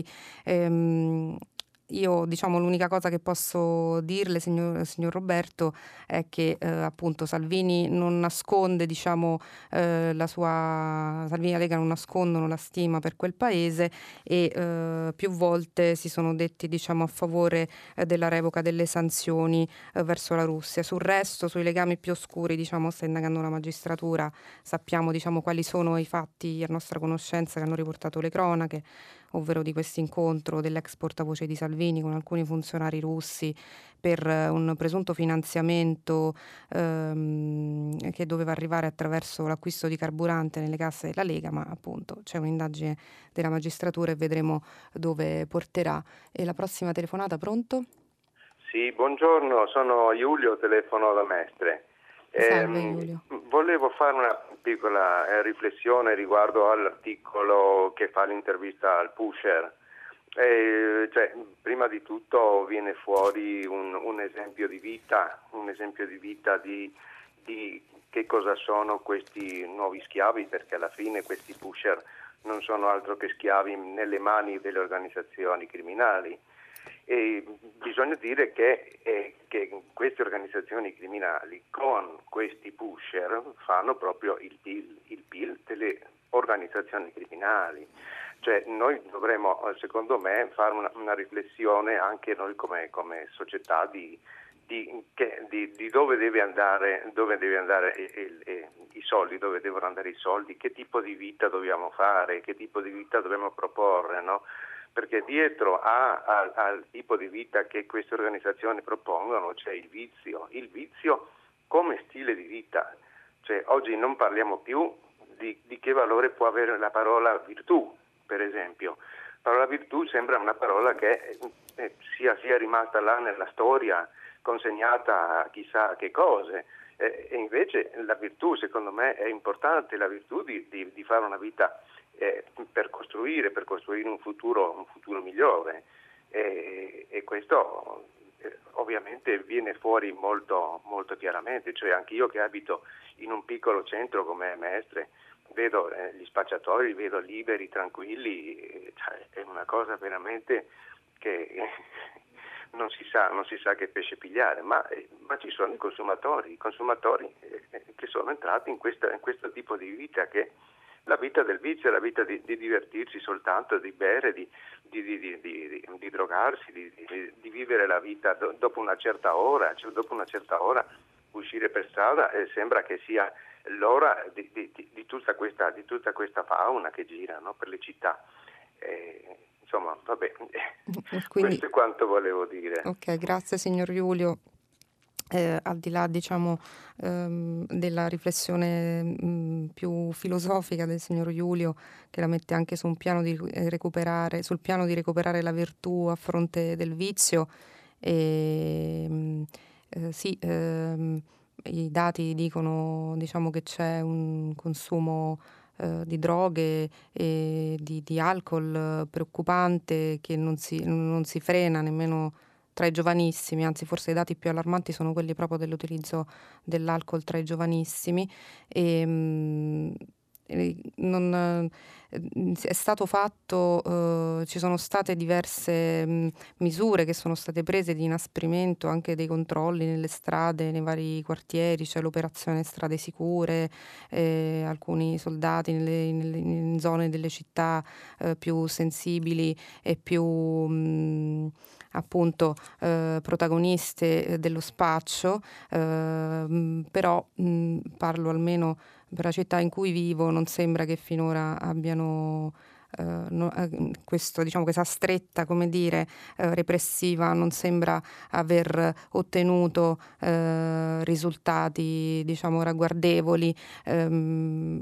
Ehm, Io, diciamo, l'unica cosa che posso dirle, signor, signor Roberto, è che eh, appunto Salvini non nasconde, diciamo, eh, la sua Salvini e la Lega non nascondono la stima per quel paese, e eh, più volte si sono detti, diciamo, a favore eh, della revoca delle sanzioni eh, verso la Russia. Sul resto, sui legami più oscuri, diciamo, sta indagando la magistratura. Sappiamo, diciamo, quali sono i fatti a nostra conoscenza che hanno riportato le cronache, ovvero di questo incontro dell'ex portavoce di Salvini con alcuni funzionari russi per un presunto finanziamento ehm, che doveva arrivare attraverso l'acquisto di carburante nelle casse della Lega, ma appunto c'è un'indagine della magistratura e vedremo dove porterà. E la prossima telefonata, pronto? Sì, buongiorno, sono Giulio, telefono da Mestre. Salve Eh, Giulio. volevo fare una piccola eh, riflessione riguardo all'articolo che fa l'intervista al Pusher. Eh, cioè, prima di tutto viene fuori un, un esempio di vita, un esempio di vita di, di che cosa sono questi nuovi schiavi, perché alla fine questi Pusher non sono altro che schiavi nelle mani delle organizzazioni criminali. E bisogna dire che, eh, che queste organizzazioni criminali con questi pusher fanno proprio il P I L, il P I L delle organizzazioni criminali. Cioè noi dovremmo, secondo me, fare una, una riflessione anche noi come, come società di, di, che, di, di dove deve andare, dove deve andare il, il, i soldi, dove devono andare i soldi, che tipo di vita dobbiamo fare, che tipo di vita dobbiamo proporre, no? Perché dietro a, a, al tipo di vita che queste organizzazioni propongono c'è il vizio, il vizio come stile di vita. Cioè, oggi non parliamo più di, di che valore può avere la parola virtù, per esempio. La parola virtù sembra una parola che eh, sia, sia rimasta là nella storia, consegnata a chissà che cose. Eh, e invece la virtù, secondo me, è importante, la virtù di, di, di fare una vita Eh, per costruire, per costruire un futuro, un futuro migliore, e, e questo eh, ovviamente viene fuori molto, molto chiaramente, cioè anche io che abito in un piccolo centro come Mestre, vedo eh, gli spacciatori, li vedo liberi, tranquilli, eh, cioè, è una cosa veramente che eh, non si sa, non si sa che pesce pigliare, ma, eh, ma ci sono i consumatori, i consumatori eh, che sono entrati in, questa, in questo tipo di vita, che la vita del vizio è la vita di, di divertirsi soltanto, di bere, di, di, di, di, di, di drogarsi, di, di, di vivere la vita do, dopo una certa ora, cioè dopo una certa ora uscire per strada eh, sembra che sia l'ora di, di, di, tutta questa, di tutta questa fauna che gira, no, per le città. Eh, insomma, vabbè, Quindi, questo è quanto volevo dire. Ok, grazie signor Giulio. Eh, al di là, diciamo, ehm, della riflessione mh, più filosofica del signor Giulio, che la mette anche su un piano di recuperare, sul piano di recuperare la virtù a fronte del vizio, e, mh, eh, sì, ehm, i dati dicono, diciamo, che c'è un consumo eh, di droghe e di, di alcol eh, preoccupante, che non si, non si frena nemmeno tra i giovanissimi, anzi forse i dati più allarmanti sono quelli proprio dell'utilizzo dell'alcol tra i giovanissimi. E, mh, e non, eh, è stato fatto, eh, ci sono state diverse mh, misure che sono state prese di inasprimento anche dei controlli nelle strade, nei vari quartieri, c'è l'operazione Strade Sicure, eh, alcuni soldati nelle, nelle, in zone delle città eh, più sensibili e più mh, appunto eh, protagoniste dello spaccio, eh, però mh, parlo almeno per la città in cui vivo, non sembra che finora abbiano eh, no, eh, questo, diciamo, questa stretta, come dire, eh, repressiva non sembra aver ottenuto eh, risultati, diciamo, ragguardevoli. Ehm,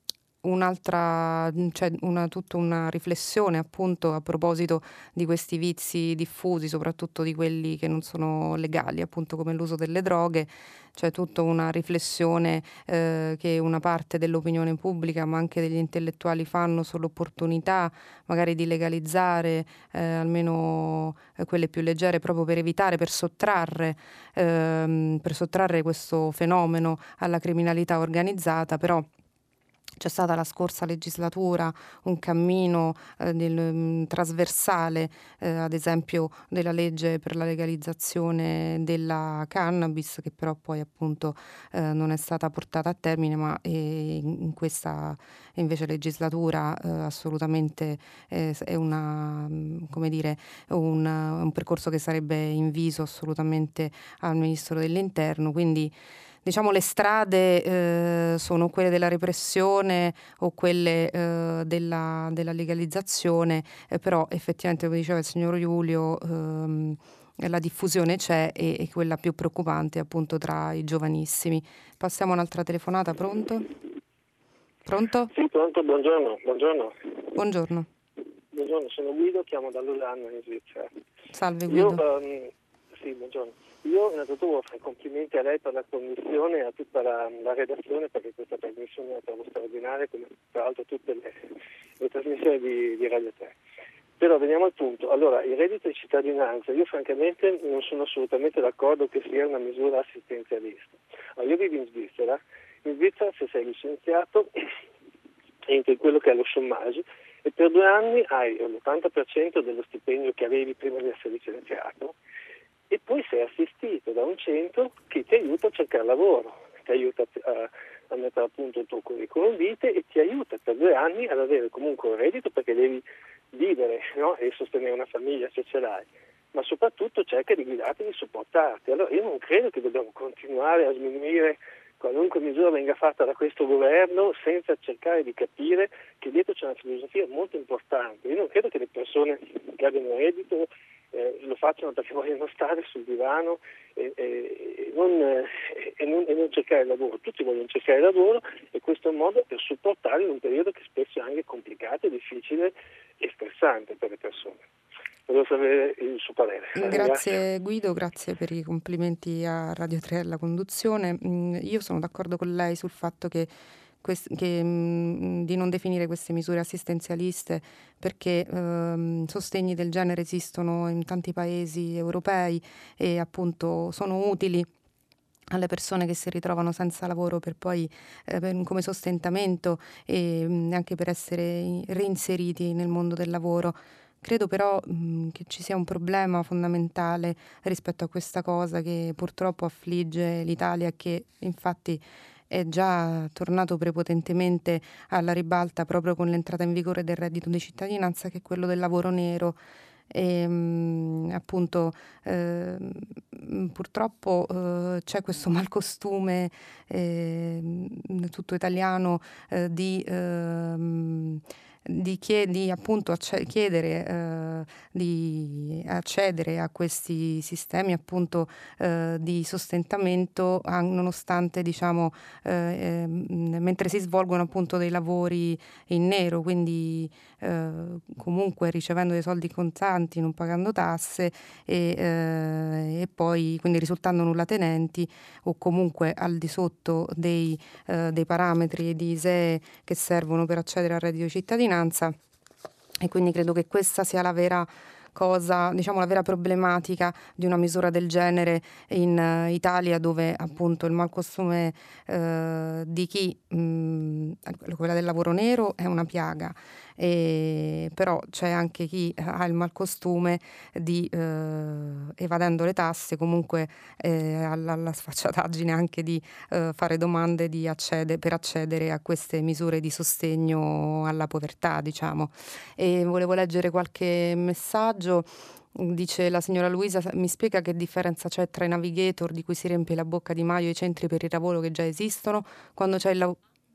Un'altra, c'è una, tutta una riflessione appunto a proposito di questi vizi diffusi, soprattutto di quelli che non sono legali, appunto come l'uso delle droghe. C'è tutta una riflessione eh, che una parte dell'opinione pubblica, ma anche degli intellettuali, fanno sull'opportunità magari di legalizzare eh, almeno eh, quelle più leggere, proprio per evitare, per sottrarre, ehm, per sottrarre questo fenomeno alla criminalità organizzata. Però c'è stata la scorsa legislatura un cammino eh, del, mh, trasversale, eh, ad esempio della legge per la legalizzazione della cannabis, che però poi appunto eh, non è stata portata a termine, ma eh, in questa invece legislatura eh, assolutamente eh, è una, come dire, un, un percorso che sarebbe inviso assolutamente al Ministro dell'Interno. Quindi diciamo le strade eh, sono quelle della repressione o quelle eh, della, della legalizzazione, eh, però effettivamente, come diceva il signor Giulio, ehm, la diffusione c'è e, e quella più preoccupante appunto tra i giovanissimi. Passiamo a un'altra telefonata, pronto? Pronto? Sì, pronto, buongiorno. Buongiorno. Buongiorno. Buongiorno, sono Guido, chiamo da Lausanne in Svizzera. Salve Guido. Io, um, sì, buongiorno. Io innanzitutto voglio fare complimenti a lei per la commissione e a tutta la, la redazione, perché questa trasmissione la trovo straordinaria, come tra l'altro tutte le, le trasmissioni di, di Radio tre. Però veniamo al punto. Allora, il reddito di cittadinanza, io francamente non sono assolutamente d'accordo che sia una misura assistenzialista. Allora, io vivo in Svizzera, in Svizzera se sei licenziato entri in quello che è lo chômage e per due anni hai l'ottanta per cento dello stipendio che avevi prima di essere licenziato, e poi sei assistito da un centro che ti aiuta a cercare lavoro, ti aiuta a, a mettere a punto il tuo curriculum vitae e ti aiuta per due anni ad avere comunque un reddito, perché devi vivere, no? E sostenere una famiglia se ce l'hai, ma soprattutto cerca di guidarti e di supportarti. Allora io non credo che dobbiamo continuare a sminuire qualunque misura venga fatta da questo governo senza cercare di capire che dietro c'è una filosofia molto importante. Io non credo che le persone che abbiano reddito Eh, lo facciano perché vogliono stare sul divano e, e, e, non, eh, e, non, e non cercare lavoro. Tutti vogliono cercare lavoro e questo è un modo per supportare in un periodo che spesso è anche complicato, difficile e stressante per le persone. Volevo sapere il suo parere. Grazie, grazie Guido, grazie per i complimenti a Radio tre e alla conduzione. Io sono d'accordo con lei sul fatto che quest- che, mh, di non definire queste misure assistenzialiste, perché ehm, sostegni del genere esistono in tanti paesi europei e appunto sono utili alle persone che si ritrovano senza lavoro per poi eh, per- come sostentamento e mh, anche per essere reinseriti nel mondo del lavoro. Credo però mh, che ci sia un problema fondamentale rispetto a questa cosa che purtroppo affligge l'Italia e che infatti è già tornato prepotentemente alla ribalta proprio con l'entrata in vigore del reddito di cittadinanza, che è quello del lavoro nero. E mh, appunto eh, purtroppo eh, c'è questo malcostume eh, tutto italiano eh, di ehm, di, chiedi, appunto acce- chiedere eh, di accedere a questi sistemi appunto eh, di sostentamento a- nonostante diciamo eh, eh, mentre si svolgono appunto dei lavori in nero, quindi eh, comunque ricevendo dei soldi contanti, non pagando tasse e, eh, e poi quindi risultando nullatenenti o comunque al di sotto dei, eh, dei parametri di I S E E che servono per accedere al reddito di cittadinanza. E quindi credo che questa sia la vera cosa, diciamo la vera problematica di una misura del genere in uh, Italia, dove appunto il malcostume uh, di chi, mh, quella del lavoro nero è una piaga, e, però c'è anche chi ha il malcostume di, uh, evadendo le tasse, comunque eh, alla, alla sfacciataggine anche di uh, fare domande di accede, per accedere a queste misure di sostegno alla povertà, diciamo. E volevo leggere qualche messaggio. Dice la signora Luisa: mi spiega che differenza c'è tra i navigator di cui si riempie la bocca di Maio e i centri per il lavoro che già esistono? Quando c'è il lavoro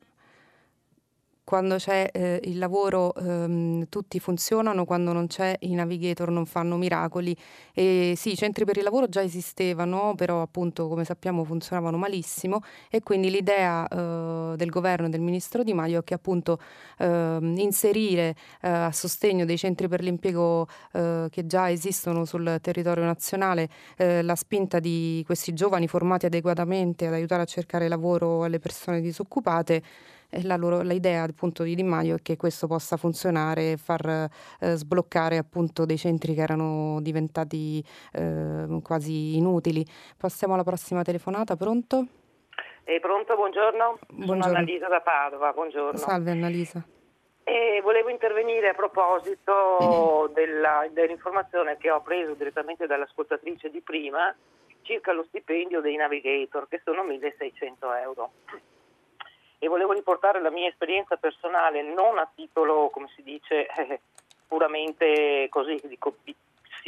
Quando c'è eh, il lavoro ehm, tutti funzionano, quando non c'è i navigator non fanno miracoli. E sì, i centri per il lavoro già esistevano, però appunto come sappiamo funzionavano malissimo, e quindi l'idea eh, del governo e del ministro Di Maio è che appunto eh, inserire eh, a sostegno dei centri per l'impiego eh, che già esistono sul territorio nazionale eh, la spinta di questi giovani formati adeguatamente ad aiutare a cercare lavoro alle persone disoccupate. La loro, l'idea appunto di Di Maio è che questo possa funzionare e far eh, sbloccare appunto dei centri che erano diventati eh, quasi inutili. Passiamo alla prossima telefonata, pronto? Eh, pronto, buongiorno. Buongiorno. Sono Annalisa da Padova, buongiorno. Salve Annalisa. E volevo intervenire a proposito della, dell'informazione che ho preso direttamente dall'ascoltatrice di prima circa lo stipendio dei navigator, che sono milleseicento euro. E volevo riportare la mia esperienza personale, non a titolo, come si dice, eh, puramente così, dico, di,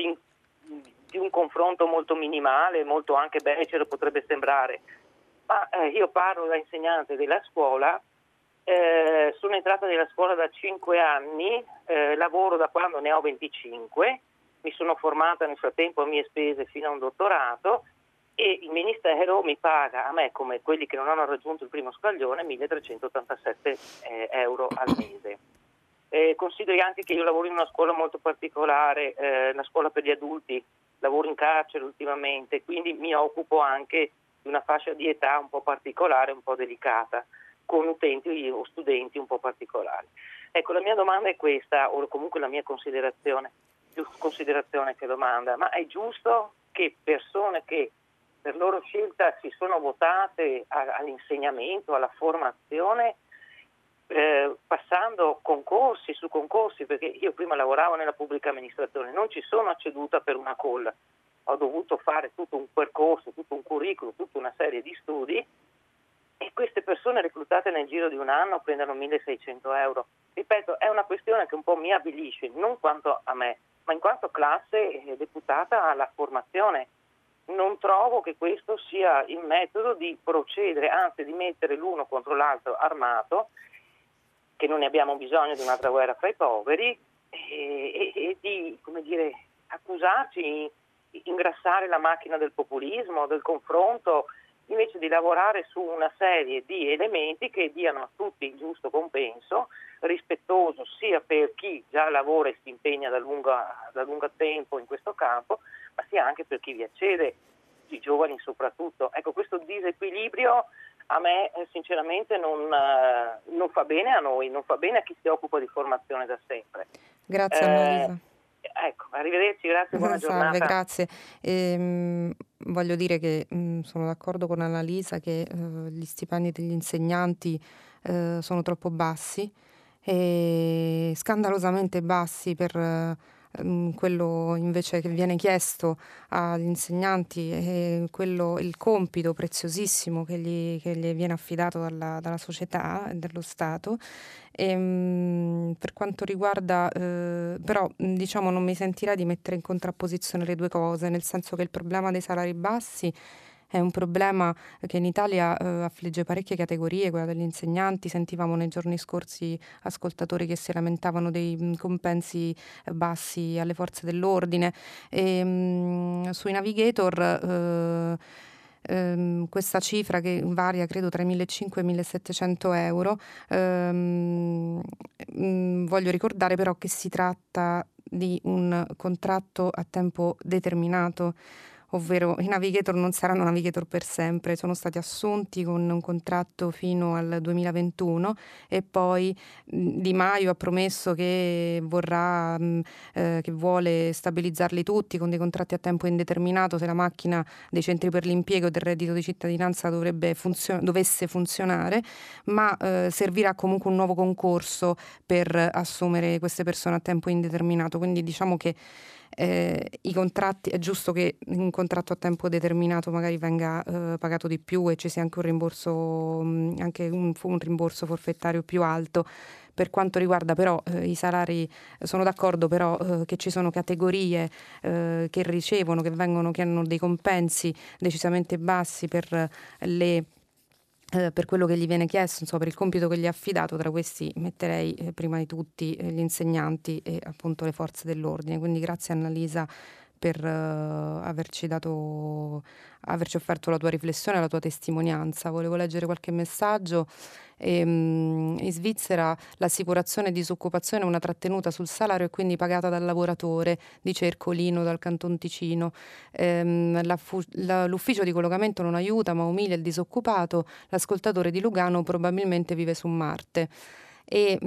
di un confronto molto minimale, molto anche becero potrebbe sembrare, ma eh, io parlo da insegnante della scuola, eh, sono entrata nella scuola da cinque anni, eh, lavoro da quando ne ho venticinque, mi sono formata nel frattempo a mie spese fino a un dottorato, e il Ministero mi paga a me, come quelli che non hanno raggiunto il primo scaglione, milletrecentottantasette eh, euro al mese. Eh, consideri anche che io lavoro in una scuola molto particolare, eh, una scuola per gli adulti, lavoro in carcere ultimamente, quindi mi occupo anche di una fascia di età un po' particolare, un po' delicata, con utenti o studenti un po' particolari. Ecco, la mia domanda è questa, o comunque la mia considerazione, più considerazione che domanda, ma è giusto che persone che per loro scelta si sono votate a, all'insegnamento, alla formazione, eh, passando concorsi su concorsi, perché io prima lavoravo nella pubblica amministrazione, non ci sono acceduta per una call, ho dovuto fare tutto un percorso, tutto un curriculum, tutta una serie di studi, e queste persone reclutate nel giro di un anno prendono milleseicento euro. Ripeto, è una questione che un po' mi avvilisce, non quanto a me, ma in quanto classe eh, deputata alla formazione. Non trovo che questo sia il metodo di procedere, anzi di mettere l'uno contro l'altro armato, che non ne abbiamo bisogno di un'altra guerra fra i poveri, e, e, e di, come dire, accusarci, ingrassare la macchina del populismo, del confronto, invece di lavorare su una serie di elementi che diano a tutti il giusto compenso, rispettoso sia per chi già lavora e si impegna da lunga, da lungo tempo in questo campo, ma sia anche per chi vi accede, i giovani soprattutto. Ecco, questo disequilibrio a me eh, sinceramente non, eh, non fa bene a noi, non fa bene a chi si occupa di formazione da sempre. Grazie Eh, Annalisa. Ecco, arrivederci, grazie, buona Salve, giornata. grazie. Ehm, voglio dire che mh, sono d'accordo con Annalisa che eh, gli stipendi degli insegnanti eh, sono troppo bassi, e scandalosamente bassi per eh, mh, quello invece che viene chiesto agli insegnanti, e quello, il compito preziosissimo che gli, che gli viene affidato dalla, dalla società e dallo Stato. E, mh, per quanto riguarda, eh, però mh, diciamo non mi sentirei di mettere in contrapposizione le due cose, nel senso che il problema dei salari bassi è un problema che in Italia eh, affligge parecchie categorie, quella degli insegnanti. Sentivamo nei giorni scorsi ascoltatori che si lamentavano dei mh, compensi eh, bassi alle forze dell'ordine. E, mh, sui navigator eh, ehm, questa cifra che varia credo tra i millecinquecento e i millesettecento euro, ehm, mh, voglio ricordare però che si tratta di un contratto a tempo determinato, ovvero i navigator non saranno navigator per sempre, sono stati assunti con un contratto fino al duemilaventuno, e poi mh, Di Maio ha promesso che vorrà, mh, eh, che vuole stabilizzarli tutti con dei contratti a tempo indeterminato se la macchina dei centri per l'impiego e del reddito di cittadinanza dovrebbe funzio- dovesse funzionare, ma eh, servirà comunque un nuovo concorso per assumere queste persone a tempo indeterminato. Quindi diciamo che Eh, i contratti, è giusto che un contratto a tempo determinato magari venga eh, pagato di più e ci sia anche un rimborso, mh, anche un, un rimborso forfettario più alto. Per quanto riguarda però eh, i salari, sono d'accordo però eh, che ci sono categorie eh, che ricevono, che vengono, che hanno dei compensi decisamente bassi per le Eh, per quello che gli viene chiesto, insomma, per il compito che gli è affidato. Tra questi metterei eh, prima di tutti eh, gli insegnanti e appunto le forze dell'ordine. Quindi grazie Annalisa per eh, averci dato, averci offerto la tua riflessione, la tua testimonianza. Volevo leggere qualche messaggio. Ehm, in Svizzera l'assicurazione di disoccupazione è una trattenuta sul salario e quindi pagata dal lavoratore, dice Ercolino dal Canton Ticino. Ehm, la fu- la- l'ufficio di collocamento non aiuta ma umilia il disoccupato. L'ascoltatore di Lugano probabilmente vive su Marte. E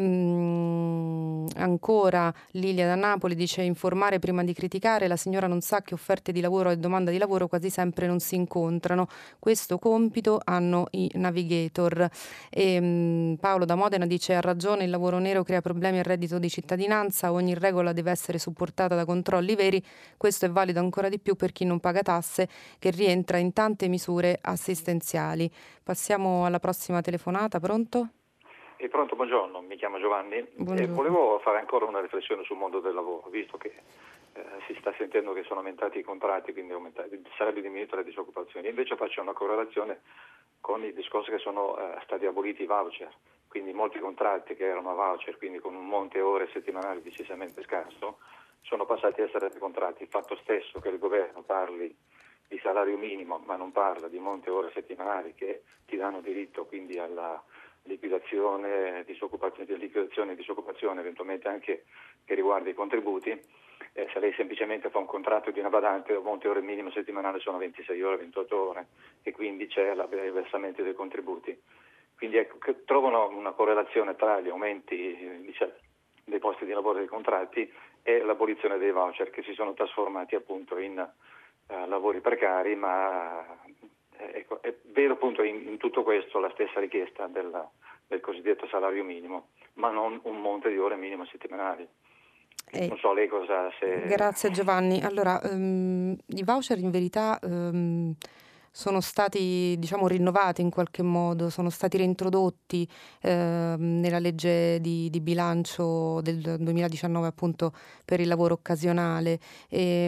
mh, ancora Lilia da Napoli dice: informare prima di criticare, la signora non sa che offerte di lavoro e domanda di lavoro quasi sempre non si incontrano, questo compito hanno i navigator. E, mh, Paolo da Modena dice: ha ragione, il lavoro nero crea problemi al reddito di cittadinanza, ogni regola deve essere supportata da controlli veri, questo è valido ancora di più per chi non paga tasse, che rientra in tante misure assistenziali. Passiamo alla prossima telefonata. Pronto? E pronto, buongiorno, mi chiamo Giovanni e volevo fare ancora una riflessione sul mondo del lavoro, visto che eh, si sta sentendo che sono aumentati i contratti, quindi aumentati, sarebbe diminuita la disoccupazione. Invece faccio una correlazione con il discorso che sono eh, stati aboliti i voucher, quindi molti contratti che erano a voucher, quindi con un monte ore settimanali decisamente scarso, sono passati a essere dei contratti. Il fatto stesso che il governo parli di salario minimo ma non parla di monte ore settimanali che ti danno diritto quindi alla liquidazione, disoccupazione, liquidazione e disoccupazione, eventualmente anche che riguarda i contributi. Eh, se lei semplicemente fa un contratto di una badante, il monte ore minimo settimanale sono ventisei ore, ventotto ore, e quindi c'è il versamento dei contributi. Quindi ecco, che trovano una correlazione tra gli aumenti diciamo, dei posti di lavoro e dei contratti e l'abolizione dei voucher, che si sono trasformati appunto in uh, lavori precari, ma ecco, è vero appunto in, in tutto questo la stessa richiesta del, del cosiddetto salario minimo, ma non un monte di ore minimo settimanali. Eh, non so lei cosa... Se... Grazie Giovanni. Allora, um, i voucher in verità um, sono stati, diciamo, rinnovati in qualche modo, sono stati reintrodotti eh, nella legge di, di bilancio del duemiladiciannove appunto per il lavoro occasionale, e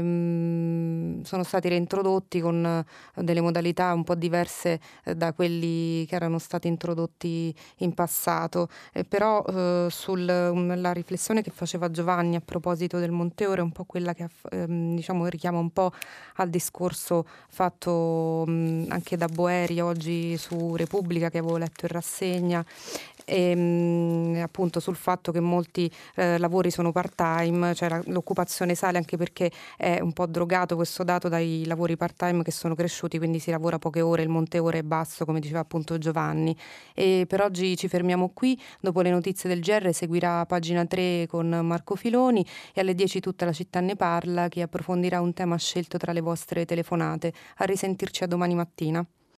mh, sono stati reintrodotti con delle modalità un po' diverse eh, da quelli che erano stati introdotti in passato. Eh, però eh, sulla riflessione che faceva Giovanni a proposito del monte ore è un po' quella che ehm, diciamo richiama un po' al discorso fatto anche da Boeri oggi su Repubblica, che avevo letto in rassegna. e mh, appunto sul fatto che molti eh, lavori sono part-time, cioè la, l'occupazione sale anche perché è un po' drogato questo dato dai lavori part-time che sono cresciuti, quindi si lavora poche ore, il monte ore è basso, come diceva appunto Giovanni. E per oggi ci fermiamo qui, dopo le notizie del G R seguirà Pagina tre con Marco Filoni e alle dieci Tutta la città ne parla, che approfondirà un tema scelto tra le vostre telefonate. A risentirci a domani mattina.